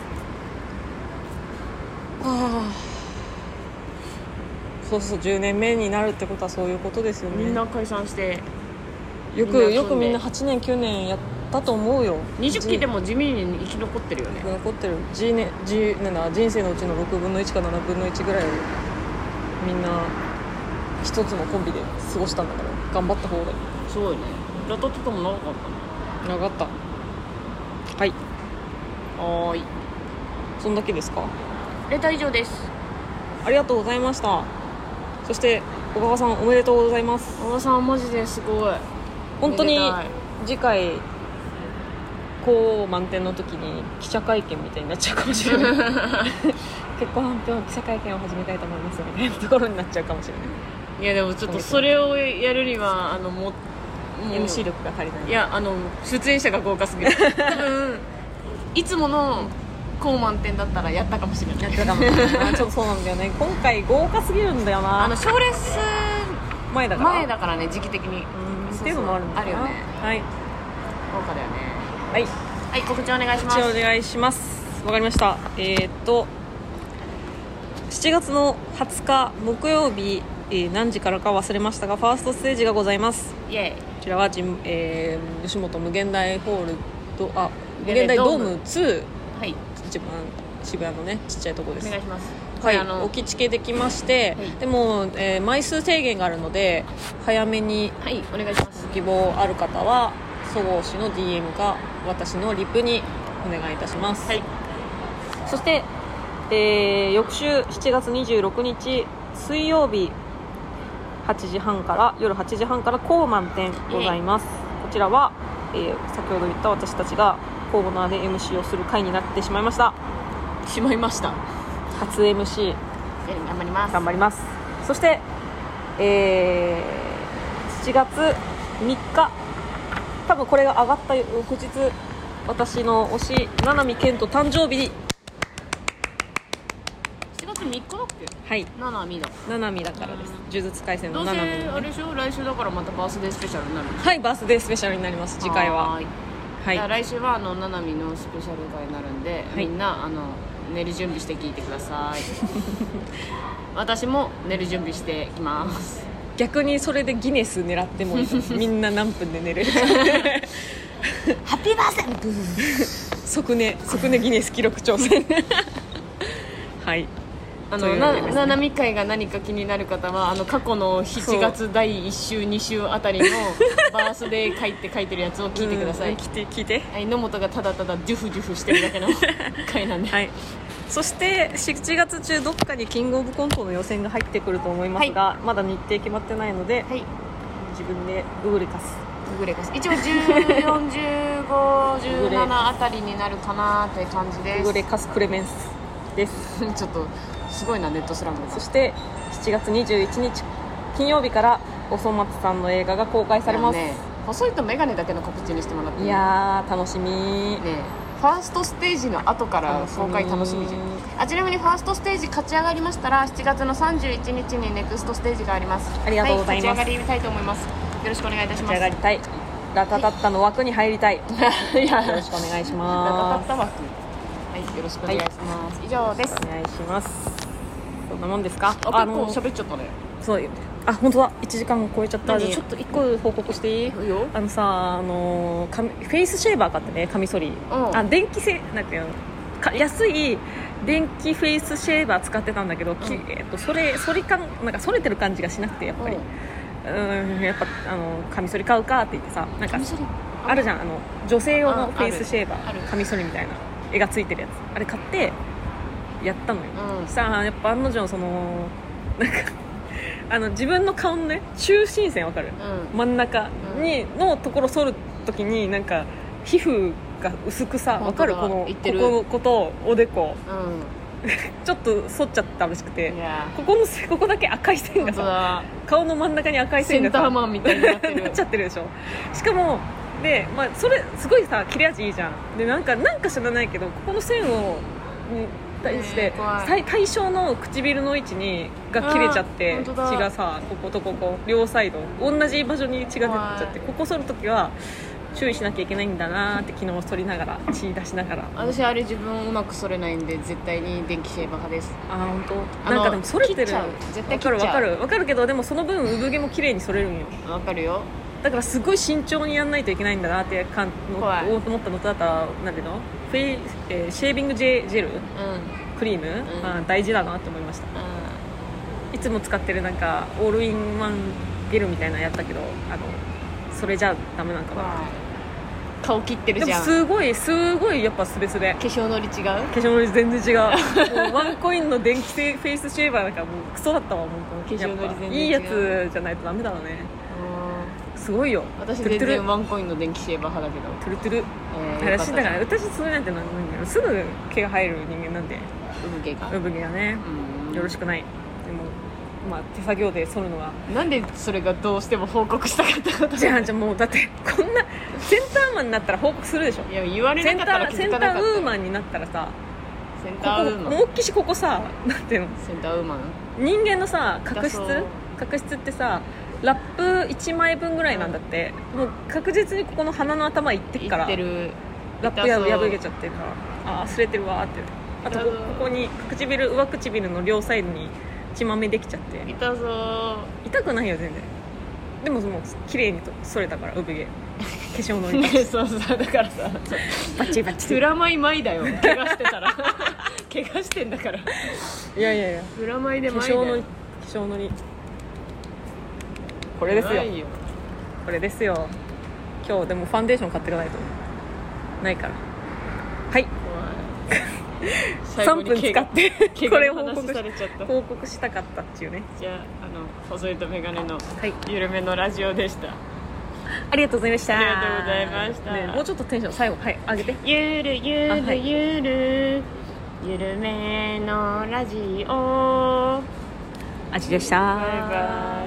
そう10年目になるってことはそういうことですよね。 みんな解散してよくみんな8年9年やったと思うよ。 20期でも地味に生き残ってるよね。 残ってる。人生のうちの6分の1か7分の1ぐらいをみんな一つのコンビで過ごしたんだから頑張った方がいい。 そうよね。ラタトゥとも長かったね。 分かった。はい、 はーい。 そんだけですか。 レター以上です。 ありがとうございました。そして小川さんおめでとうございます。 小川さんマジですごい。 本当にめでたい。 次回こう満点の時に記者会見みたいになっちゃうかもしれない結婚発表記者会見を始めたいと思いますみたいなところになっちゃうかもしれない。 いやでもちょっとそれをやるにはもう MC 力が足りない。 いや出演者が豪華すぎる多分いつもの高満点だったらやったかもしれない。 やってたもんなちょっとそうなんだよね。今回豪華すぎるんだよな。 賞レース前だからね、時期的にっていうのもあるんだあるよね。 はい、 豪華だよね。 はいはい、告知お願いします。 告知お願いします。わかりました。7月の20日木曜日、何時からか忘れましたがファーストステージがございます。 イエーイ。 こちらは吉本無限大ホール無限大ドーム2、 はい、 一番渋谷のねちっちゃいところです。 お願いします。 はい、お着付けできまして、 はい、 でも、枚数制限があるので早めにお願いします。 希望ある方はそごうしの DM か私のリプにお願いいたします。はい、そして、翌週7月26日水曜日夜8時半から高満点ございます。こちらは、先ほど言った私たちがコーナーで MC をする回になってしまいました。 初 MC 頑張ります。そして、7月3日多分これが上がった翌日私の推し七海健人誕生日。 7月3日だっけ。 はい、 七海だからです。呪術廻戦の七海、ね、 どうせあれでしょ、来週だからまたバースデースペシャルになる。 はい、バースデースペシャルになります。次回ははい、来週は七海のスペシャル回になるんで、みんな寝る準備して聞いてください私も寝る準備してきます。 逆にそれでギネス狙ってもいいみんな何分で寝れるハッピーバースデー即寝ギネス記録挑戦はい七海会が何か気になる方は過去の7月第1週2週あたりのバースデー会って書いてるやつを聞いてください。 聞いて、 はい、野本がただただジュフジュフしてるだけの会なんで、 はい、そして7月中どっかにキングオブコントの予選が入ってくると思いますが、はい、まだ日程決まってないので、はい、自分でググレカス一応14、15、17あたりになるかなって感じです。 ググレカスクレメンスですちょっとすごいなネットスラング。 そして7月21日金曜日からおそ松さんの映画が公開されます。 ね、細いとメガネだけの告知にしてもらっていい？ いやー楽しみね。 ファーストステージの後から公開楽しみじゃん。ちなみにファーストステージ勝ち上がりましたら7月の31日にネクストステージがあります。 ありがとうございます。 勝ち上がりたいと思います。よろしくお願いいたします。 勝ち上がりたい。ラタタッタの枠に入りたい、はい、よろしくお願いします。 ラタタッタ枠、はい、よろしくお願いします、はい、以上です。 お願いします。そんなもんですか。 結構喋っちゃったね。 そう、本当だ、1時間超えちゃった。じゃあちょっと1個報告していい？フェイスシェーバー買ってね、カミソリ、電気製なんていうの安い電気フェイスシェーバー使ってたんだけど、それなんかそれてる感じがしなくて、やっぱりやっぱカミソリ買うかって言ってさ、なんかあるじゃん、女性用のフェイスシェーバー、カミソリみたいな絵がついてるやつ、あれ買ってやったのよ。さあやっぱ案の定なんか自分の顔のね中心線わかる、真ん中のところ剃るときになんか皮膚が薄くさ、わかる、こことおでこ、ちょっと反っちゃったらしくて、ここだけ赤い線がさ、顔の真ん中に赤い線がさ、 センターマンみたいになってるなっちゃってるでしょ。しかもで、それすごいさ切れ味いいじゃん。でなんか知らないけどここの線に対して対象の唇の位置が切れちゃって、血がさこことここ両サイド同じ場所に血が出ちゃって、ここ剃るときは注意しなきゃいけないんだなって昨日剃りながら血出しながら。 私あれ自分うまく剃れないんで絶対に電気シェーバー派です。 本当。なんかでも剃れてる、 絶対切っちゃう。 わかるけど、でもその分産毛も綺麗に剃れるんよ。 わかるよ。 だからすごい慎重にやんないといけないんだなって思ったのと、あとはなんていうのシェービングジェル、クリーム、大事だなって思いました。いつも使ってるなんかオールインワンゲルみたいなのやったけど、それじゃダメなんかな。 顔切ってるじゃん。 でもすごいやっぱスベスベ。 化粧のり違う？ 化粧のり全然違う。もうワンコインの電気製フェイスシェーバーなんかもうクソだったわ。もう化粧のり全然違う。 いいやつじゃないとダメだろうね。すごいよ。 私全然ワンコインの電気シェーバー派だけど。 トゥルトゥル。私だから私そうなんてすぐ毛が生える人間なんで。産毛がね、よろしくない。でもまあ手作業で剃るのは。 なんでそれがどうしても報告したかったこと？ じゃあもうだってこんなセンターマンになったら報告するでしょ。 いや言われなかったら気づかなかった。 センターウーマンになったらさ、 センターウーマン思いっきしここさ、なんていうの、 センターウーマン人間のさ角質ってさラップ1枚分ぐらいなんだって、もう確実にここの鼻の頭いってっから、ラップ破けちゃってるから、あ擦れてるわって。あとここに上唇の両サイドに血まめできちゃって、 痛そう。 痛くないよ全然。でももう綺麗に剃れたから産毛、化粧のりそうだからさ、 バッチリバッチリプラマイマイだよ。怪我してたら怪我してんだから。 いやプラマイでマイだよ。 化粧のりこれですよ。これですよ。今日でもファンデーション買っていかないとないから。はい3分使ってこれを報告したかったっていうね。 じゃあ細いとメガネの緩めのラジオでした。 ありがとうございました。 ありがとうございました、 ね、もうちょっとテンション最後上げて。 ゆるゆるめのラジオ。 あちでした。 バイバイ。